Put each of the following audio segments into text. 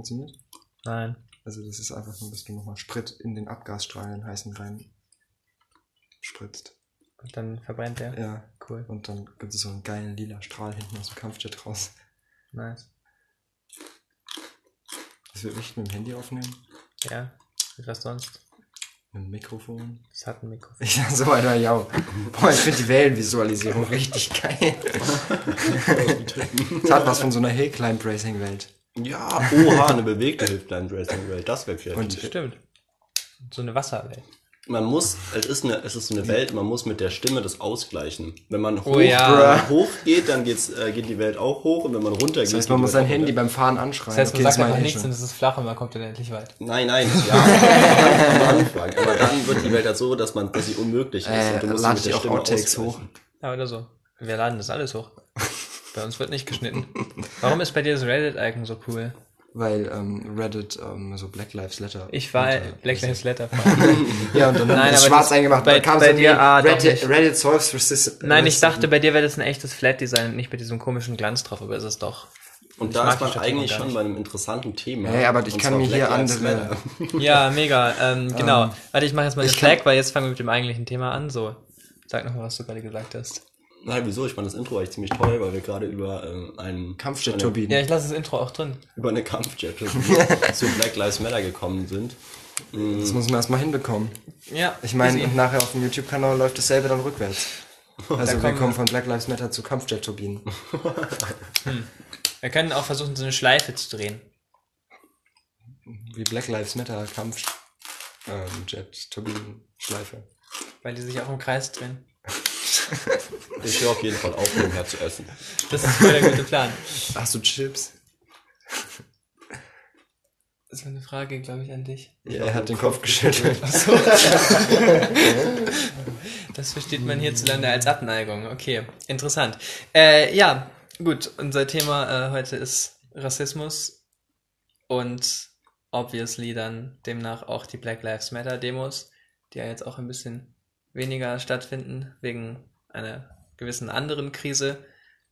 funktioniert? Nein. Also das ist einfach nur, dass du nochmal Sprit in den Abgasstrahl, den heißen rein spritzt. Und dann verbrennt der? Ja. Cool. Und dann gibt es so einen geilen lila Strahl hinten aus dem Kampfjet raus. Nice. Das wird nicht mit dem Handy aufnehmen? Ja. Was sonst? Mit dem Mikrofon? Das hat ein Mikrofon. Ja, so einer, ja. Boah, ich finde die Wellenvisualisierung richtig geil. Das hat was von so einer Hill-Climb-Racing-Welt. Ja, oha, eine bewegte Hip-Line-Racing-Welt, das wäre kreativ. Und Stimmt. So eine Wasserwelt. Man muss, es ist so eine Welt, man muss mit der Stimme das ausgleichen. Wenn man hoch geht, dann geht die Welt auch hoch, und wenn man runter geht, das heißt, man muss sein Handy beim Fahren anschreien. Das heißt, man das sagt meine einfach ich nichts schon. und es ist flach und man kommt dann endlich weit. Nein, ja, am Anfang. Aber dann wird die Welt halt so, dass sie unmöglich ist. Und du musst lade mit der ich auch Stimme Outtakes hoch. ausgleichen. Ja, oder so. Wir laden das alles hoch. Bei uns wird nicht geschnitten. Warum ist bei dir das Reddit-Icon so cool? Weil Reddit so Black Lives Matter. Ich war Black Lives Matter. Ja, und dann Nein, ist aber schwarz das- eingemacht. bei- Dann kam bei so dir, die doch nicht. Reddit solves resistance. Nein, ich dachte, bei dir wäre das ein echtes Flat-Design und nicht mit diesem komischen Glanz drauf, aber ist es doch. Und Ich da mag ist man die Statur eigentlich gar schon nicht. bei einem interessanten Thema. Ja, aber ich Und kann zwar mir hier Black Lives andere... Matter. Ja, mega. Genau. Warte, ich mache jetzt mal den ich kann- Flag, weil jetzt fangen wir mit dem eigentlichen Thema an. So, sag noch mal, was du gerade gesagt hast. Nein, wieso? Ich fand das Intro eigentlich ziemlich toll, weil wir gerade über Kampfjet-Turbinen. Ja, ich lasse das Intro auch drin. über eine Kampfjet zu Black Lives Matter gekommen sind. Das muss man erstmal hinbekommen. Ja. Ich meine, easy. und nachher auf dem YouTube-Kanal läuft dasselbe dann rückwärts. Also wir kommen kommen von Black Lives Matter zu Kampfjet-Turbinen. Wir können auch versuchen, so eine Schleife zu drehen. Wie Black Lives Matter Kampfjet-Turbinen-Schleife. Weil die sich auch im Kreis drehen. Ich höre auf jeden Fall auf, nebenher zu essen. Das ist voll der gute Plan. Hast du Chips? Das ist eine Frage, glaube ich, an dich. Ja, er hat den Kopf geschüttelt. Das versteht man hierzulande als Abneigung. Okay, interessant. Ja, gut. Unser Thema heute ist Rassismus und obviously dann demnach auch die Black Lives Matter Demos, die ja jetzt auch ein bisschen weniger stattfinden wegen einer gewissen anderen Krise.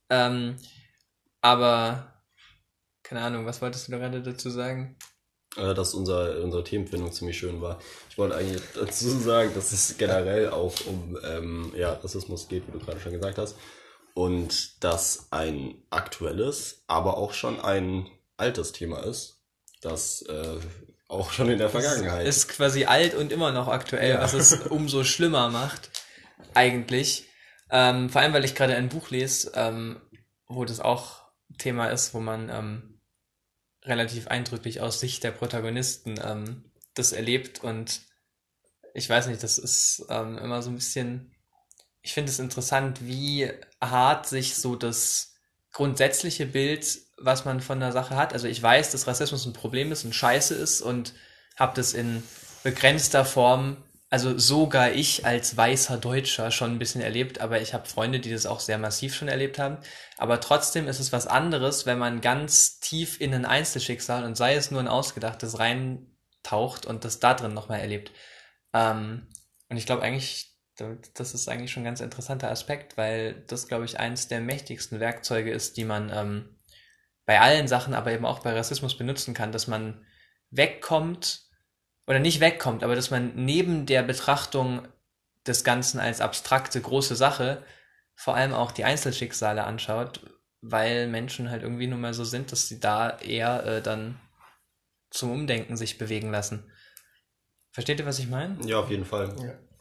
Aber keine Ahnung, was wolltest du da gerade dazu sagen? Dass unsere Themenfindung ziemlich schön war. Ich wollte eigentlich dazu sagen, dass es generell auch um Rassismus geht, wie du gerade schon gesagt hast. Und dass ein aktuelles, aber auch schon ein altes Thema ist, das auch schon in der Vergangenheit. Ist quasi alt und immer noch aktuell, was es umso schlimmer macht, eigentlich. Vor allem, weil ich gerade ein Buch lese, wo das auch Thema ist, wo man relativ eindrücklich aus Sicht der Protagonisten das erlebt. Und ich weiß nicht, das ist immer so ein bisschen, ich finde es interessant, wie hart sich so das grundsätzliche Bild, was man von der Sache hat. Also ich weiß, dass Rassismus ein Problem ist und scheiße ist und habe das in begrenzter Form, also sogar ich als weißer Deutscher schon ein bisschen erlebt, aber ich habe Freunde, die das auch sehr massiv schon erlebt haben. Aber trotzdem ist es was anderes, wenn man ganz tief in ein Einzelschicksal und sei es nur ein ausgedachtes reintaucht und das da drin nochmal erlebt. Und ich glaube eigentlich, das ist eigentlich schon ein ganz interessanter Aspekt, weil das, glaube ich, eins der mächtigsten Werkzeuge ist, die man bei allen Sachen, aber eben auch bei Rassismus benutzen kann, dass man wegkommt, oder nicht wegkommt, aber dass man neben der Betrachtung des Ganzen als abstrakte, große Sache vor allem auch die Einzelschicksale anschaut, weil Menschen halt irgendwie nun mal so sind, dass sie da eher dann zum Umdenken sich bewegen lassen. Versteht ihr, was ich meine? Ja, auf jeden Fall.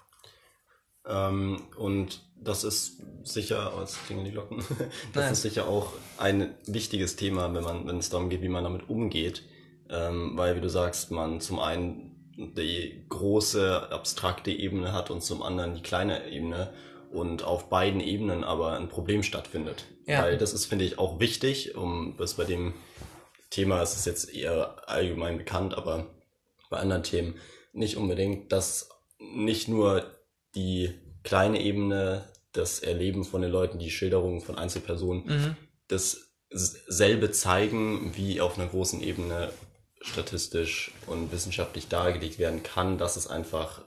Ja. Und das ist sicher, jetzt klingen die Glocken, das Nein. ist sicher auch ein wichtiges Thema, wenn es darum geht, wie man damit umgeht. Weil, wie du sagst, man zum einen die große, abstrakte Ebene hat und zum anderen die kleine Ebene und auf beiden Ebenen aber ein Problem stattfindet. Ja. Weil das ist, finde ich, auch wichtig, das bei dem Thema ist es jetzt eher allgemein bekannt, aber bei anderen Themen nicht unbedingt, dass nicht nur die kleine Ebene, das Erleben von den Leuten, die Schilderungen von Einzelpersonen, dasselbe zeigen, wie auf einer großen Ebene statistisch und wissenschaftlich dargelegt werden kann, dass es einfach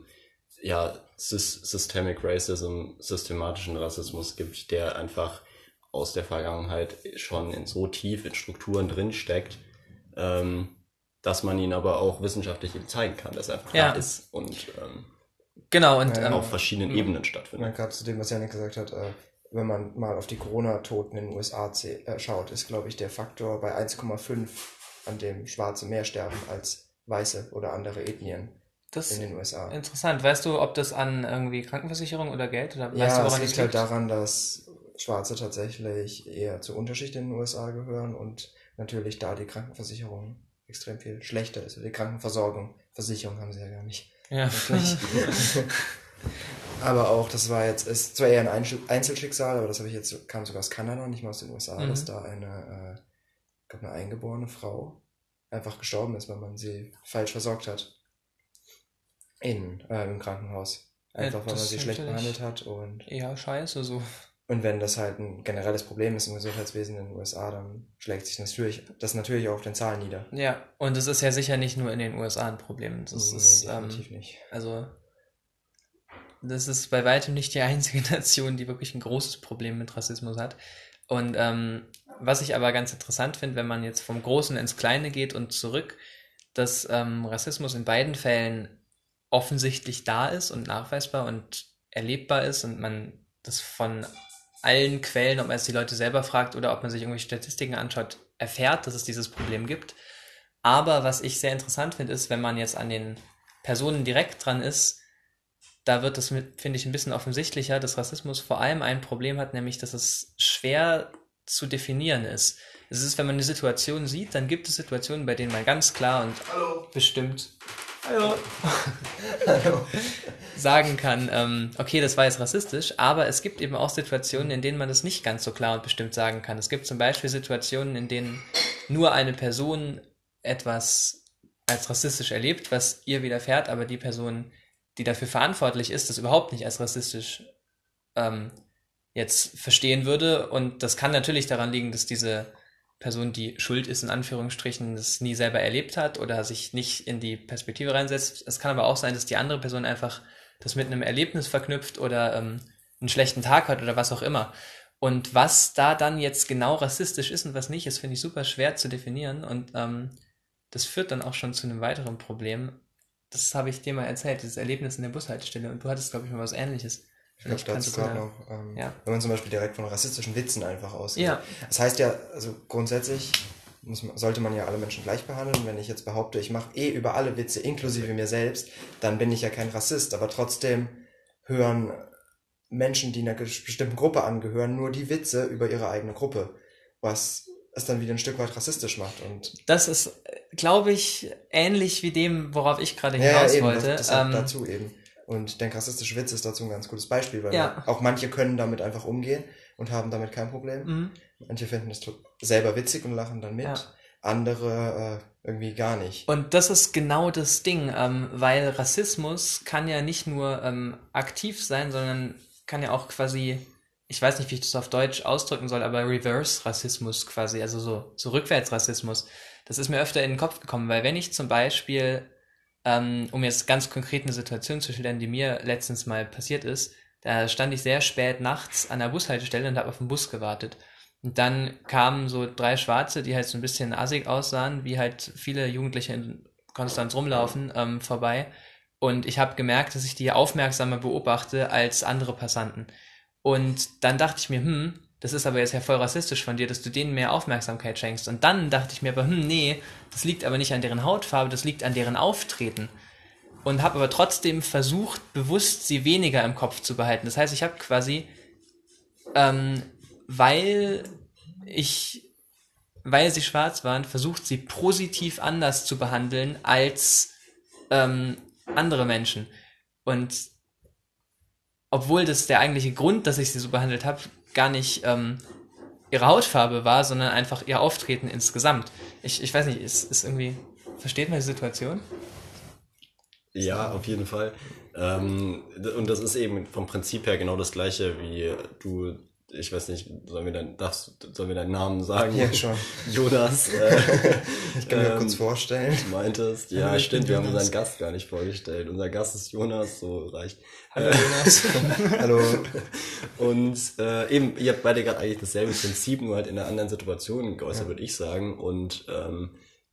Systemic Racism, systematischen Rassismus gibt, der einfach aus der Vergangenheit schon so tief in Strukturen drinsteckt, dass man ihn aber auch wissenschaftlich eben zeigen kann, dass er einfach da ist und genau, und auf verschiedenen Ebenen stattfindet. Gerade zu dem, was Janik gesagt hat, wenn man mal auf die Corona-Toten in den USA schaut, ist, glaube ich, der Faktor bei 1,5, an dem Schwarze mehr sterben als Weiße oder andere Ethnien in den USA. Interessant. Weißt du, ob das an irgendwie Krankenversicherung oder Geld oder weißt Ja, du, woran es liegt halt daran, dass Schwarze tatsächlich eher zur Unterschicht in den USA gehören und natürlich da die Krankenversicherung extrem viel schlechter ist. Die Krankenversorgung, Versicherung haben sie ja gar nicht. Ja. Aber auch, das war jetzt, ist zwar eher ein Einzelschicksal, aber das kam sogar aus Kanada, nicht mal aus den USA, dass da eine eingeborene Frau einfach gestorben ist, weil man sie falsch versorgt hat im Krankenhaus. Einfach, weil man sie schlecht behandelt hat und... Ja, scheiße, so. Und wenn das halt ein generelles Problem ist im Gesundheitswesen in den USA, dann schlägt sich das natürlich auch auf den Zahlen nieder. Ja, und es ist ja sicher nicht nur in den USA ein Problem. Das ist definitiv nicht. Also, das ist bei weitem nicht die einzige Nation, die wirklich ein großes Problem mit Rassismus hat. Und was ich aber ganz interessant finde, wenn man jetzt vom Großen ins Kleine geht und zurück, dass Rassismus in beiden Fällen offensichtlich da ist und nachweisbar und erlebbar ist und man das von allen Quellen, ob man es die Leute selber fragt oder ob man sich irgendwelche Statistiken anschaut, erfährt, dass es dieses Problem gibt. Aber was ich sehr interessant finde, ist, wenn man jetzt an den Personen direkt dran ist, da wird es, finde ich, ein bisschen offensichtlicher, dass Rassismus vor allem ein Problem hat, nämlich, dass es schwer zu definieren ist. Es ist, wenn man eine Situation sieht, dann gibt es Situationen, bei denen man ganz klar und bestimmt sagen kann, okay, das war jetzt rassistisch, aber es gibt eben auch Situationen, in denen man das nicht ganz so klar und bestimmt sagen kann. Es gibt zum Beispiel Situationen, in denen nur eine Person etwas als rassistisch erlebt, was ihr widerfährt, aber die Person, die dafür verantwortlich ist, das überhaupt nicht als rassistisch jetzt verstehen würde. Und das kann natürlich daran liegen, dass diese Person, die schuld ist, in Anführungsstrichen, das nie selber erlebt hat oder sich nicht in die Perspektive reinsetzt. Es kann aber auch sein, dass die andere Person einfach das mit einem Erlebnis verknüpft oder einen schlechten Tag hat oder was auch immer. Und was da dann jetzt genau rassistisch ist und was nicht, ist, finde ich, super schwer zu definieren. Und das führt dann auch schon zu einem weiteren Problem. Das habe ich dir mal erzählt, dieses Erlebnis in der Bushaltestelle. Und du hattest, glaube ich, mal was Ähnliches. Ich glaube dazu gerade noch, wenn man zum Beispiel direkt von rassistischen Witzen einfach ausgeht. Ja. Das heißt ja, also grundsätzlich sollte man ja alle Menschen gleich behandeln. Wenn ich jetzt behaupte, ich mache über alle Witze, inklusive mir selbst, dann bin ich ja kein Rassist. Aber trotzdem hören Menschen, die einer bestimmten Gruppe angehören, nur die Witze über ihre eigene Gruppe, was es dann wieder ein Stück weit rassistisch macht. Und das ist, glaube ich, ähnlich wie dem, worauf ich gerade hinaus wollte. Das dazu eben. Und ich denke, rassistische Witze ist dazu ein ganz gutes Beispiel, weil auch manche können damit einfach umgehen und haben damit kein Problem. Manche finden es selber witzig und lachen dann mit. Andere irgendwie gar nicht. Und das ist genau das Ding, weil Rassismus kann ja nicht nur aktiv sein, sondern kann ja auch quasi, ich weiß nicht, wie ich das auf Deutsch ausdrücken soll, aber Reverse-Rassismus quasi, also so Rückwärts-Rassismus. Das ist mir öfter in den Kopf gekommen, weil wenn ich zum Beispiel, um jetzt ganz konkret eine Situation zu schildern, die mir letztens mal passiert ist, da stand ich sehr spät nachts an der Bushaltestelle und habe auf den Bus gewartet. Und dann kamen so 3 Schwarze, die halt so ein bisschen assig aussahen, wie halt viele Jugendliche in Konstanz rumlaufen, vorbei. Und ich habe gemerkt, dass ich die aufmerksamer beobachte als andere Passanten. Und dann dachte ich mir, das ist aber jetzt ja voll rassistisch von dir, dass du denen mehr Aufmerksamkeit schenkst. Und dann dachte ich mir aber, nee, das liegt aber nicht an deren Hautfarbe, das liegt an deren Auftreten. Und habe aber trotzdem versucht, bewusst sie weniger im Kopf zu behalten. Das heißt, ich habe quasi, weil sie schwarz waren, versucht, sie positiv anders zu behandeln als andere Menschen. Und obwohl das der eigentliche Grund, dass ich sie so behandelt habe, gar nicht ihre Hautfarbe war, sondern einfach ihr Auftreten insgesamt. Ich weiß nicht, ist irgendwie, versteht man die Situation? Ja, auf jeden Fall. Und das ist eben vom Prinzip her genau das Gleiche, wie du, ich weiß nicht, sollen wir deinen Namen sagen? Ja, schon. Jonas. Ich kann mir kurz vorstellen. Du meintest, ja, stimmt, wir haben unseren Gast gar nicht vorgestellt. Unser Gast ist Jonas, so reicht. Hallo Jonas. Hallo. Und eben, ihr habt beide gerade eigentlich dasselbe Prinzip, nur halt in einer anderen Situation geäußert, würde ich sagen. Und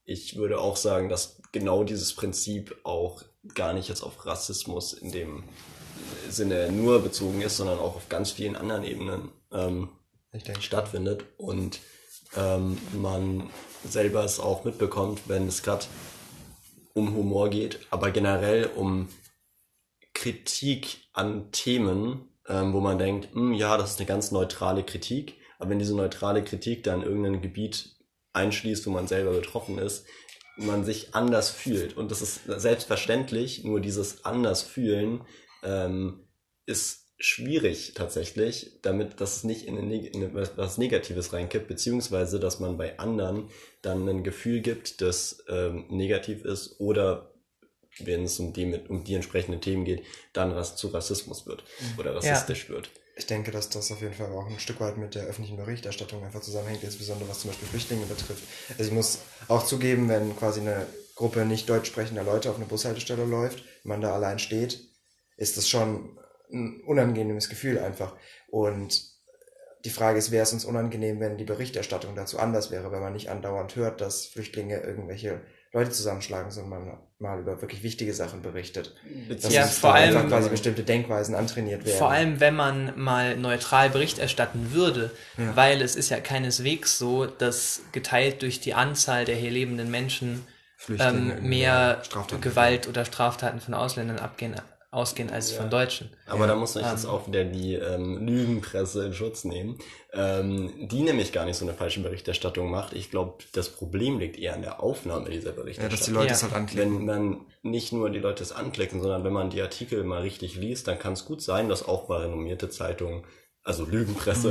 ich würde auch sagen, dass genau dieses Prinzip auch gar nicht jetzt auf Rassismus in dem Sinne nur bezogen ist, sondern auch auf ganz vielen anderen Ebenen stattfindet und man selber es auch mitbekommt, wenn es gerade um Humor geht, aber generell um Kritik an Themen, wo man denkt, ja, das ist eine ganz neutrale Kritik, aber wenn diese neutrale Kritik dann irgendein Gebiet einschließt, wo man selber betroffen ist, man sich anders fühlt. Und das ist selbstverständlich, nur dieses Anders-Fühlen ist schwierig tatsächlich, damit, dass es nicht in was Negatives reinkippt, beziehungsweise, dass man bei anderen dann ein Gefühl gibt, das negativ ist oder wenn es um die entsprechenden Themen geht, dann zu Rassismus wird oder rassistisch wird. Ich denke, dass das auf jeden Fall auch ein Stück weit mit der öffentlichen Berichterstattung einfach zusammenhängt, insbesondere was zum Beispiel Flüchtlinge betrifft. Also ich muss auch zugeben, wenn quasi eine Gruppe nicht deutsch sprechender Leute auf eine Bushaltestelle läuft, man da allein steht, ist das schon ein unangenehmes Gefühl einfach. Und die Frage ist, wäre es uns unangenehm, wenn die Berichterstattung dazu anders wäre, wenn man nicht andauernd hört, dass Flüchtlinge irgendwelche Leute zusammenschlagen, sondern man mal über wirklich wichtige Sachen berichtet. Dass vor allem einfach quasi bestimmte Denkweisen antrainiert werden. Vor allem, wenn man mal neutral Bericht erstatten würde, weil es ist ja keineswegs so, dass geteilt durch die Anzahl der hier lebenden Menschen mehr Gewalt oder Straftaten von Ausländern ausgehen als von Deutschen. Aber da muss man jetzt auch wieder die Lügenpresse in Schutz nehmen, die nämlich gar nicht so eine falsche Berichterstattung macht. Ich glaube, das Problem liegt eher an der Aufnahme dieser Berichterstattung. Ja, dass die Leute es halt anklicken. Wenn man nicht nur die Leute es anklicken, sondern wenn man die Artikel mal richtig liest, dann kann es gut sein, dass auch bei renommierte Zeitungen, also Lügenpresse,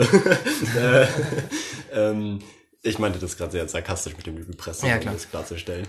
ich meinte das gerade sehr sarkastisch mit dem Lügenpresse, um das klarzustellen,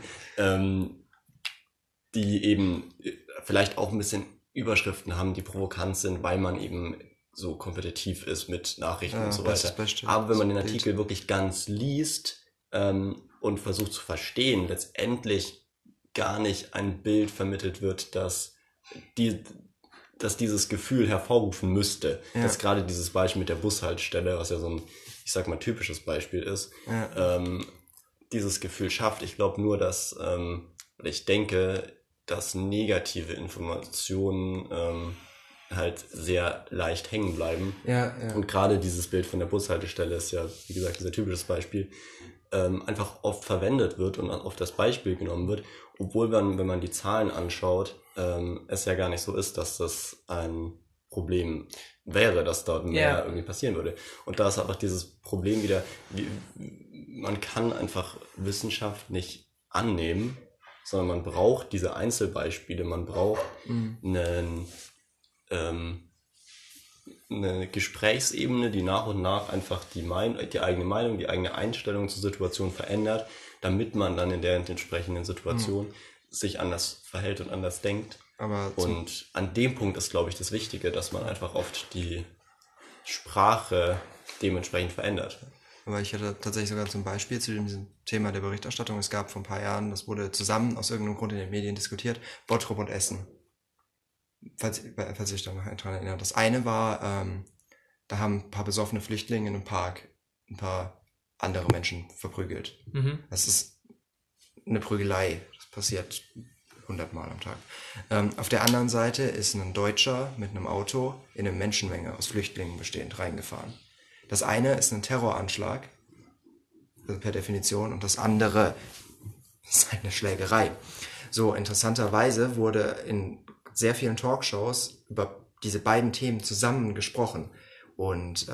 die eben vielleicht auch ein bisschen Überschriften haben, die provokant sind, weil man eben so kompetitiv ist mit Nachrichten und so weiter. Aber wenn man den Artikel wirklich ganz liest und versucht zu verstehen, letztendlich gar nicht ein Bild vermittelt wird, dass dieses Gefühl hervorrufen müsste. Dass gerade dieses Beispiel mit der Bushaltestelle, was ja so ein, ich sag mal, typisches Beispiel ist, dieses Gefühl schafft. Ich glaube nur, dass, ich denke, dass negative Informationen halt sehr leicht hängen bleiben. Und gerade dieses Bild von der Bushaltestelle ist ja, wie gesagt, ein sehr typisches Beispiel, einfach oft verwendet wird und oft das Beispiel genommen wird, obwohl man, wenn man die Zahlen anschaut, es ja gar nicht so ist, dass das ein Problem wäre, dass dort mehr irgendwie passieren würde. Und da ist einfach dieses Problem wieder, man kann einfach Wissenschaft nicht annehmen, sondern man braucht diese Einzelbeispiele, man braucht eine Gesprächsebene, die nach und nach einfach die eigene Meinung, die eigene Einstellung zur Situation verändert, damit man dann in der entsprechenden Situation sich anders verhält und anders denkt. Und an dem Punkt ist, glaube ich, das Wichtige, dass man einfach oft die Sprache dementsprechend verändert. Aber ich hatte tatsächlich sogar zum Beispiel zu diesem Thema der Berichterstattung, es gab vor ein paar Jahren, das wurde zusammen aus irgendeinem Grund in den Medien diskutiert, Bottrop und Essen. Falls ihr euch da noch daran erinnert. Das eine war, da haben ein paar besoffene Flüchtlinge in einem Park ein paar andere Menschen verprügelt. Das ist eine Prügelei. Das passiert 100-mal am Tag. Auf der anderen Seite ist ein Deutscher mit einem Auto in eine Menschenmenge aus Flüchtlingen bestehend reingefahren. Das eine ist ein Terroranschlag, also per Definition, und das andere ist eine Schlägerei. So, interessanterweise wurde in sehr vielen Talkshows über diese beiden Themen zusammen gesprochen. Und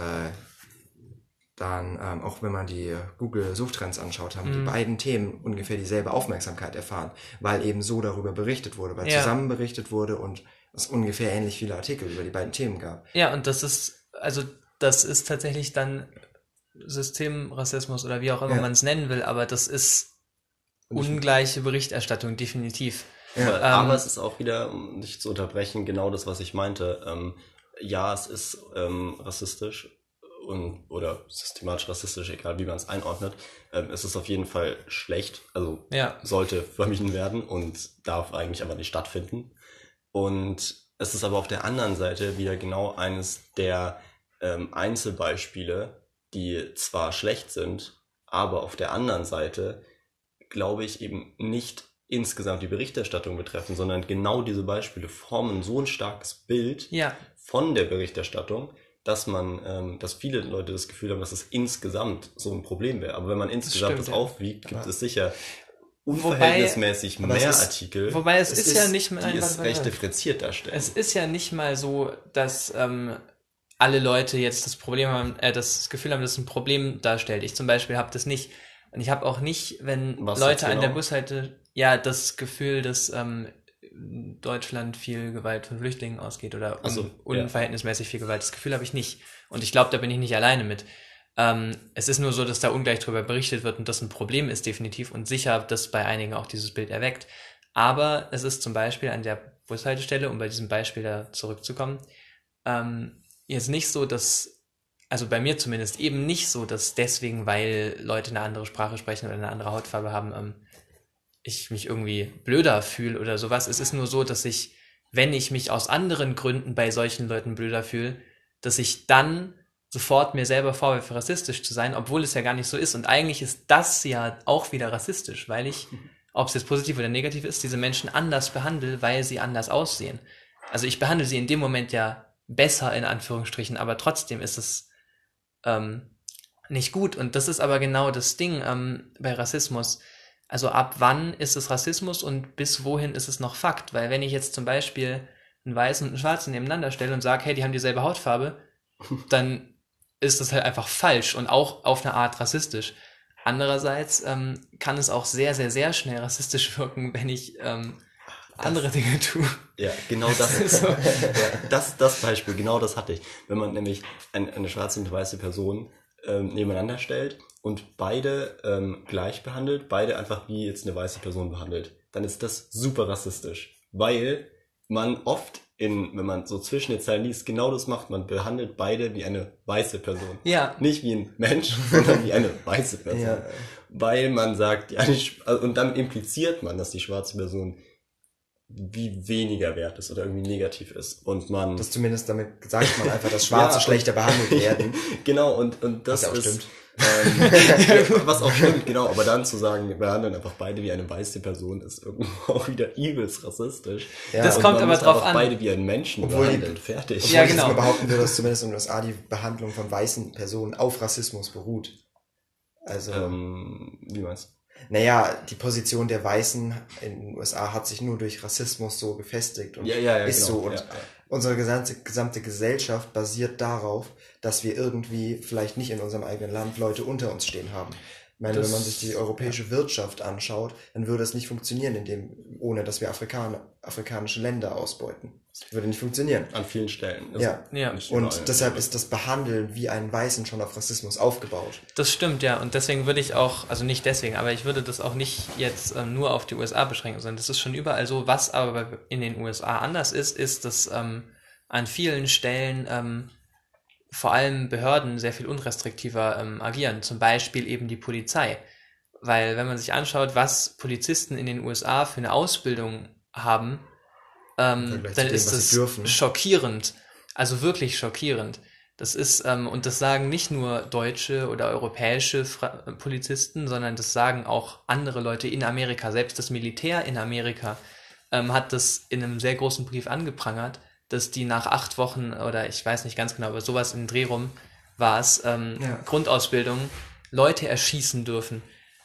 dann, auch wenn man die Google-Suchtrends anschaut, haben die beiden Themen ungefähr dieselbe Aufmerksamkeit erfahren, weil eben so darüber berichtet wurde, weil zusammen berichtet wurde und es ungefähr ähnlich viele Artikel über die beiden Themen gab. Ja, und das ist tatsächlich dann Systemrassismus oder wie auch immer man es nennen will, aber das ist ungleiche Berichterstattung, definitiv. Aber es ist auch wieder, um dich zu unterbrechen, genau das, was ich meinte. Ja, es ist rassistisch oder systematisch rassistisch, egal wie man es einordnet. Es ist auf jeden Fall schlecht, also sollte vermieden werden und darf eigentlich aber nicht stattfinden. Und es ist aber auf der anderen Seite wieder genau eines der Einzelbeispiele, die zwar schlecht sind, aber auf der anderen Seite glaube ich, eben nicht insgesamt die Berichterstattung betreffen, sondern genau diese Beispiele formen so ein starkes Bild von der Berichterstattung, dass dass viele Leute das Gefühl haben, dass es insgesamt so ein Problem wäre. Aber wenn man insgesamt das aufwiegt, gibt es sicher unverhältnismäßig mehr Artikel. Wobei es ist ja nicht mal, die es recht differenziert darstellen. Es ist ja nicht mal so, dass alle Leute jetzt das Problem haben, das Gefühl haben, dass es ein Problem darstellt. Ich zum Beispiel habe das nicht. Und ich habe auch nicht, wenn Leute an der Bushalte, das Gefühl, dass Deutschland viel Gewalt von Flüchtlingen ausgeht oder unverhältnismäßig viel Gewalt. Das Gefühl habe ich nicht. Und ich glaube, da bin ich nicht alleine mit. Es ist nur so, dass da ungleich drüber berichtet wird und das ein Problem ist definitiv und sicher, dass bei einigen auch dieses Bild erweckt. Aber es ist zum Beispiel an der Bushaltestelle, um bei diesem Beispiel da zurückzukommen, jetzt nicht so, dass, also bei mir zumindest eben nicht so, dass deswegen, weil Leute eine andere Sprache sprechen oder eine andere Hautfarbe haben, ich mich irgendwie blöder fühle oder sowas. Es ist nur so, dass ich, wenn ich mich aus anderen Gründen bei solchen Leuten blöder fühle, dass ich dann sofort mir selber vorwerfe, rassistisch zu sein, obwohl es ja gar nicht so ist. Und eigentlich ist das ja auch wieder rassistisch, weil ich, ob es jetzt positiv oder negativ ist, diese Menschen anders behandle, weil sie anders aussehen. Also ich behandle sie in dem Moment ja besser, in Anführungsstrichen, aber trotzdem ist es nicht gut. Und das ist aber genau das Ding bei Rassismus. Also ab wann ist es Rassismus und bis wohin ist es noch Fakt? Weil wenn ich jetzt zum Beispiel einen Weißen und einen Schwarzen nebeneinander stelle und sage, hey, die haben dieselbe Hautfarbe, dann ist das halt einfach falsch und auch auf eine Art rassistisch. Andererseits kann es auch sehr, sehr, sehr schnell rassistisch wirken, wenn ich andere Dinge tue. Ja, genau das. So. Das Beispiel, genau das hatte ich. Wenn man nämlich eine schwarze und eine weiße Person nebeneinander stellt und beide gleich behandelt, beide einfach wie jetzt eine weiße Person behandelt, dann ist das super rassistisch. Weil man oft wenn man so zwischen den Zeilen liest, genau das macht. Man behandelt beide wie eine weiße Person. Ja. Nicht wie ein Mensch, sondern wie eine weiße Person. Ja. Weil man sagt, und dann impliziert man, dass die schwarze Person wie weniger wert ist oder irgendwie negativ ist. Und man... Das zumindest damit sagt man einfach, dass Schwarze schlechter behandelt werden. Genau, und das was ja auch ist... stimmt. Was auch stimmt, genau. Aber dann zu sagen, wir behandeln einfach beide wie eine weiße Person, ist irgendwo auch wieder übelst rassistisch. Ja, das kommt aber drauf an. Beide wie einen Menschen behandeln, fertig. Obwohl ich mal behaupten würde, dass zumindest in den USA die Behandlung von weißen Personen auf Rassismus beruht. Also... wie meinst du? Naja, die Position der Weißen in den USA hat sich nur durch Rassismus so gefestigt und ist genau. So. Und unsere gesamte Gesellschaft basiert darauf, dass wir irgendwie vielleicht nicht in unserem eigenen Land Leute unter uns stehen haben. Ich meine, wenn man sich die europäische Wirtschaft anschaut, dann würde es nicht funktionieren, ohne dass wir afrikanische Länder ausbeuten. Das würde nicht funktionieren. An vielen Stellen. Ja. Und deshalb ist das Behandeln wie einen Weißen schon auf Rassismus aufgebaut. Das stimmt, ja. Und deswegen würde ich auch, also nicht deswegen, aber ich würde das auch nicht jetzt nur auf die USA beschränken, sondern das ist schon überall so. Was aber in den USA anders ist, dass an vielen Stellen vor allem Behörden sehr viel unrestriktiver agieren. Zum Beispiel eben die Polizei. Weil wenn man sich anschaut, was Polizisten in den USA für eine Ausbildung haben, dann ist das schockierend. Also wirklich schockierend. Das ist, und das sagen nicht nur deutsche oder europäische Polizisten, sondern das sagen auch andere Leute in Amerika. Selbst das Militär in Amerika hat das in einem sehr großen Brief angeprangert, dass die nach 8 Wochen oder ich weiß nicht ganz genau, aber sowas im Dreh rum war es, Grundausbildung, Leute erschießen dürfen.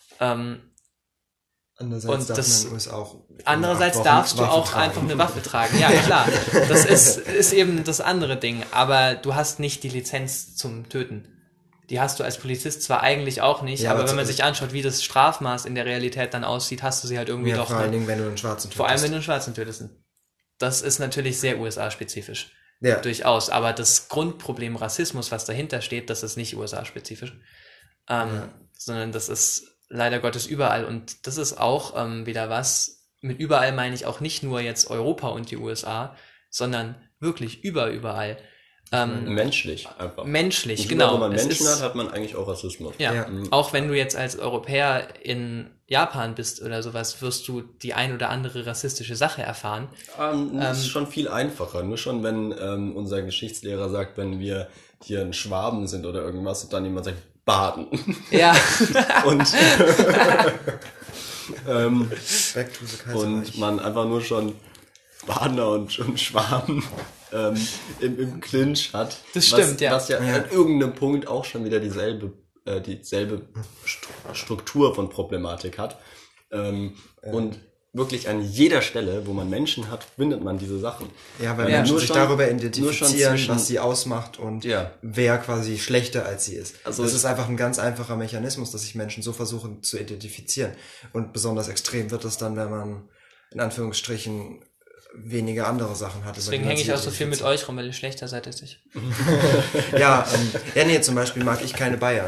Andererseits darfst du auch einfach eine Waffe tragen. Ja, klar. Das ist eben das andere Ding. Aber du hast nicht die Lizenz zum Töten. Die hast du als Polizist zwar eigentlich auch nicht, ja, aber wenn man sich anschaut, wie das Strafmaß in der Realität dann aussieht, hast du sie halt irgendwie doch. Vor allen Dingen, wenn du einen Schwarzen tötest. Vor allem, wenn du einen Schwarzen tötest. Das ist natürlich sehr USA-spezifisch. Ja. Durchaus. Aber das Grundproblem Rassismus, was dahinter steht, das ist nicht USA-spezifisch. Sondern das ist leider Gottes überall. Und das ist auch wieder was, mit überall meine ich auch nicht nur jetzt Europa und die USA, sondern wirklich überall. Menschlich einfach. Menschlich, und genau. Wenn man Menschen hat man eigentlich auch Rassismus. Ja, auch wenn du jetzt als Europäer in Japan bist oder sowas, wirst du die ein oder andere rassistische Sache erfahren. Das ist schon viel einfacher. Nur schon, wenn unser Geschichtslehrer sagt, wenn wir hier ein Schwaben sind oder irgendwas und dann jemand sagt, Baden. Ja. Und Back to the Kaiserreich. Und man einfach nur schon Wagner und Schwaben im Clinch hat. Das stimmt, was ja an irgendeinem Punkt auch schon wieder dieselbe Struktur von Problematik hat. Und wirklich an jeder Stelle, wo man Menschen hat, findet man diese Sachen. Ja, weil Menschen sich darüber identifizieren, was sie ausmacht und wer quasi schlechter als sie ist. Also das ist einfach ein ganz einfacher Mechanismus, dass sich Menschen so versuchen zu identifizieren. Und besonders extrem wird es dann, wenn man in Anführungsstrichen weniger andere Sachen hat. Deswegen hänge ich auch so viel mit euch rum, weil ihr schlechter seid als ich. Zum Beispiel mag ich keine Bayern.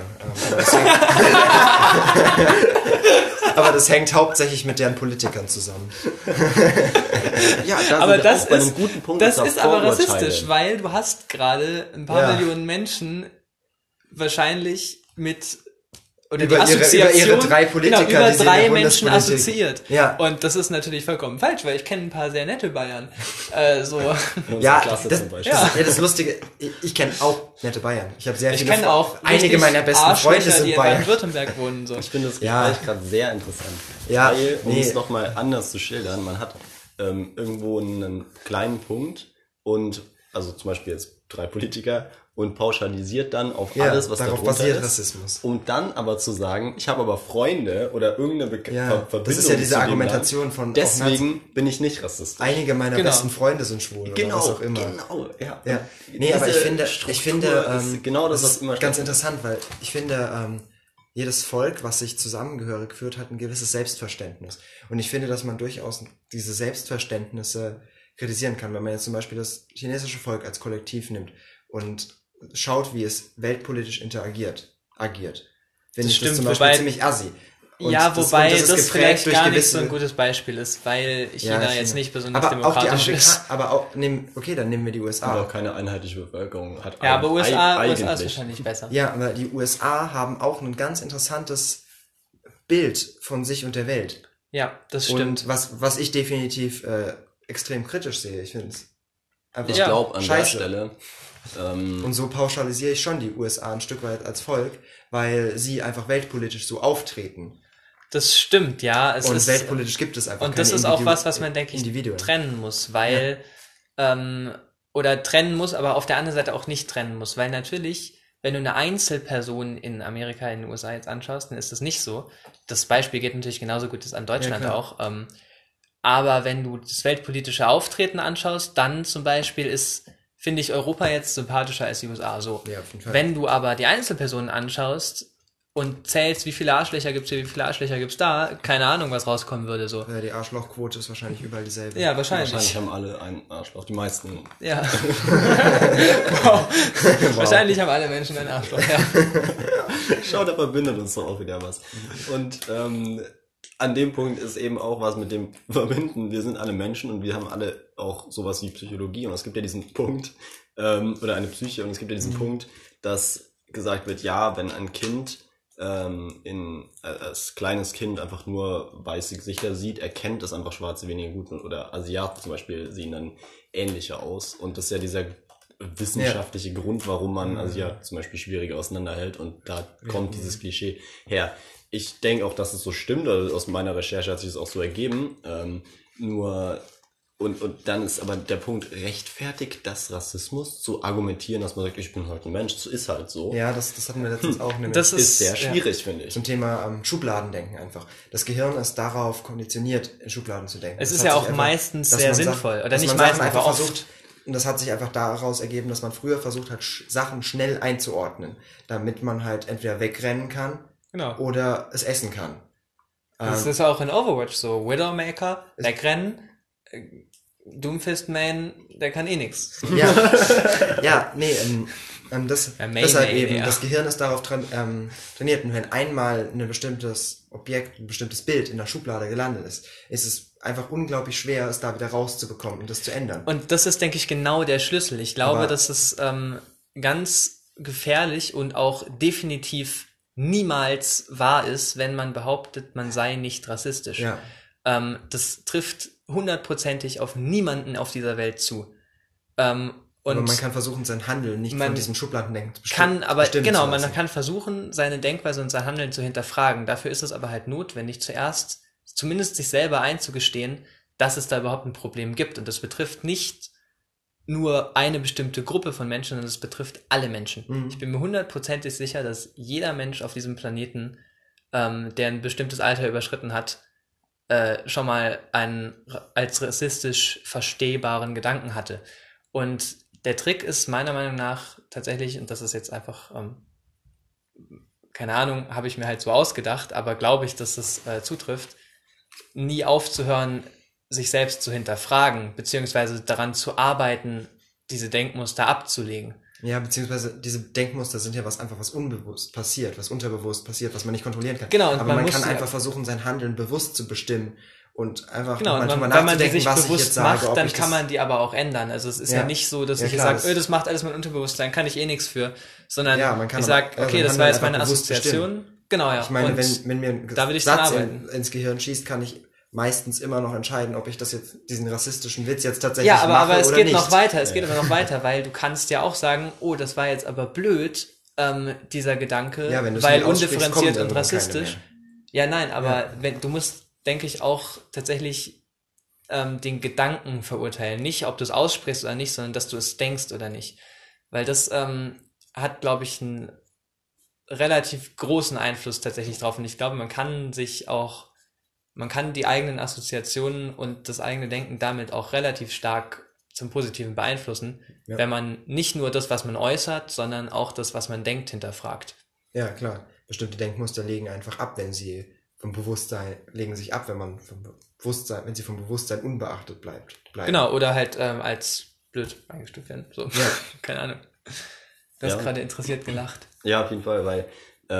Aber das hängt hauptsächlich mit deren Politikern zusammen. Aber das ist aber rassistisch, weil du hast gerade ein paar Millionen Menschen wahrscheinlich mit über ihre 3 Politiker, über 3 Menschen assoziiert. Ja. Und das ist natürlich vollkommen falsch, weil ich kenne ein paar sehr nette Bayern. Das Lustige, ich kenne auch nette Bayern. Ich habe einige meiner besten Freunde sind Bayern. Die in Baden-Württemberg wohnen. So. Ich finde das Gespräch gerade sehr interessant. Weil, um es nochmal anders zu schildern, man hat irgendwo einen kleinen Punkt und, also zum Beispiel jetzt 3 Politiker, und pauschalisiert dann auf alles, was darauf basiert Rassismus. Um dann aber zu sagen, ich habe aber Freunde oder irgendeine Verbindung. Das ist ja diese Argumentation von... Deswegen bin ich nicht rassistisch. Einige meiner besten Freunde sind schwul oder was auch immer. Ja. Nee, aber ich finde genau das, was immer ganz interessant, weil ich finde, jedes Volk, was sich zusammengehörig führt, hat ein gewisses Selbstverständnis. Und ich finde, dass man durchaus diese Selbstverständnisse kritisieren kann, wenn man jetzt zum Beispiel das chinesische Volk als Kollektiv nimmt und schaut, wie es weltpolitisch agiert. Finde ich das zum Beispiel ziemlich assi. Und wobei das vielleicht gar nicht so ein gutes Beispiel ist, weil China jetzt nicht besonders demokratisch ist. Aber auch, dann nehmen wir die USA. Aber auch keine einheitliche Bevölkerung hat. Ja, aber USA ist wahrscheinlich besser. Ja, aber die USA haben auch ein ganz interessantes Bild von sich und der Welt. Ja, das stimmt. Und was ich definitiv extrem kritisch sehe. Ich finde es einfach ich glaube an der Stelle. Und so pauschalisiere ich schon die USA ein Stück weit als Volk, weil sie einfach weltpolitisch so auftreten. Das stimmt, ja. Weltpolitisch gibt es einfach und das ist auch was man, denke ich, trennen muss, weil oder trennen muss, aber auf der anderen Seite auch nicht trennen muss, weil natürlich, wenn du eine Einzelperson in Amerika, in den USA jetzt anschaust, dann ist das nicht so. Das Beispiel geht natürlich genauso gut an Deutschland auch. Aber wenn du das weltpolitische Auftreten anschaust, dann zum Beispiel finde ich Europa jetzt sympathischer als die USA. So. Ja, auf jeden Fall. Wenn du aber die Einzelpersonen anschaust und zählst, wie viele Arschlöcher gibt's hier, wie viele Arschlöcher gibt's da, keine Ahnung, was rauskommen würde. So. Ja, die Arschlochquote ist wahrscheinlich überall dieselbe. Ja, wahrscheinlich. Wahrscheinlich haben alle einen Arschloch, die meisten. Ja. Wow. Wahrscheinlich haben alle Menschen einen Arschloch, ja. Schau, da verbindet uns doch auch wieder was. Und an dem Punkt ist eben auch was mit dem Verbinden. Wir sind alle Menschen und wir haben alle auch sowas wie Psychologie. Und es gibt ja diesen Punkt, oder eine Psyche, und es gibt ja diesen Punkt, dass gesagt wird, ja, wenn ein Kind als kleines Kind einfach nur weiße Gesichter sieht, erkennt es einfach Schwarze weniger gut, oder Asiaten zum Beispiel sehen dann ähnlicher aus. Und das ist ja dieser wissenschaftliche Grund, warum man Asiaten zum Beispiel schwieriger auseinanderhält, und da kommt dieses Klischee her. Ich denke auch, dass es so stimmt, also aus meiner Recherche hat sich das auch so ergeben, und dann ist aber der Punkt, rechtfertigt das Rassismus zu argumentieren, dass man sagt, ich bin halt ein Mensch, das ist halt so. Ja, das hatten wir letztens auch. Das ist sehr schwierig, finde ich. Zum Thema Schubladendenken einfach. Das Gehirn ist darauf konditioniert, in Schubladen zu denken. Es ist ja auch meistens sehr sinnvoll, oder nicht meistens, aber oft. Und das hat sich einfach daraus ergeben, dass man früher versucht hat, Sachen schnell einzuordnen, damit man halt entweder wegrennen kann, oder es essen kann. Das ist auch in Overwatch so. Widowmaker, wegrennen, Doomfist-Man, der kann eh nix. Deshalb eben, das Gehirn ist darauf trainiert, und wenn einmal ein bestimmtes Objekt, ein bestimmtes Bild in der Schublade gelandet ist es einfach unglaublich schwer, es da wieder rauszubekommen und das zu ändern. Und das ist, denke ich, genau der Schlüssel. Ich glaube, dass es ganz gefährlich und auch definitiv niemals wahr ist, wenn man behauptet, man sei nicht rassistisch. Ja. Das trifft 100%ig auf niemanden auf dieser Welt zu. Und man kann versuchen, sein Handeln nicht von diesem Schubladendenken zu bestimmen. Man kann versuchen, seine Denkweise und sein Handeln zu hinterfragen. Dafür ist es aber halt notwendig, zuerst zumindest sich selber einzugestehen, dass es da überhaupt ein Problem gibt. Und das betrifft nicht nur eine bestimmte Gruppe von Menschen, sondern es betrifft alle Menschen. Ich bin mir 100% sicher, dass jeder Mensch auf diesem Planeten, der ein bestimmtes Alter überschritten hat, schon mal einen als rassistisch verstehbaren Gedanken hatte. Und der Trick ist meiner Meinung nach tatsächlich, und das ist jetzt einfach, keine Ahnung, habe ich mir halt so ausgedacht, aber glaube ich, dass es zutrifft, nie aufzuhören, sich selbst zu hinterfragen, beziehungsweise daran zu arbeiten, diese Denkmuster abzulegen. Ja, beziehungsweise diese Denkmuster sind ja was unbewusst passiert, was unterbewusst passiert, was man nicht kontrollieren kann. Genau, und aber man kann muss einfach versuchen, sein Handeln bewusst zu bestimmen und einfach genau, mal drüber wenn man die nachzudenken, sich was ich bewusst jetzt sage. macht, dann kann man die aber auch ändern. Also es ist ja nicht so, dass ich klar, sage, das macht alles mein Unterbewusstsein, kann ich eh nichts für, sondern man kann ich sage, aber, okay, das war jetzt meine Assoziation. Genau, ja. Ich meine, und wenn mir ein da will ich Satz arbeiten. ins Gehirn schießt, kann ich meistens immer noch entscheiden, ob ich diesen rassistischen Witz jetzt tatsächlich mache oder nicht. Ja, aber es geht nicht. noch weiter, es geht aber noch weiter, weil du kannst ja auch sagen, oh, das war jetzt aber blöd, dieser Gedanke, ja, wenn du es weil nicht aussprichst, undifferenziert kommt und rassistisch. Ja, nein, aber du musst, denke ich, auch tatsächlich den Gedanken verurteilen. Nicht, ob du es aussprichst oder nicht, sondern dass du es denkst oder nicht. Weil das hat, glaube ich, einen relativ großen Einfluss tatsächlich drauf. Und ich glaube, man kann die eigenen Assoziationen und das eigene Denken damit auch relativ stark zum Positiven beeinflussen, wenn man nicht nur das, was man äußert, sondern auch das, was man denkt, hinterfragt. Ja, klar. Bestimmte Denkmuster legen einfach ab, wenn sie vom Bewusstsein unbeachtet bleiben. Genau, oder halt als blöd eingestuft werden. So. Ja. Keine Ahnung. Du hast gerade interessiert gelacht. Ja, auf jeden Fall, weil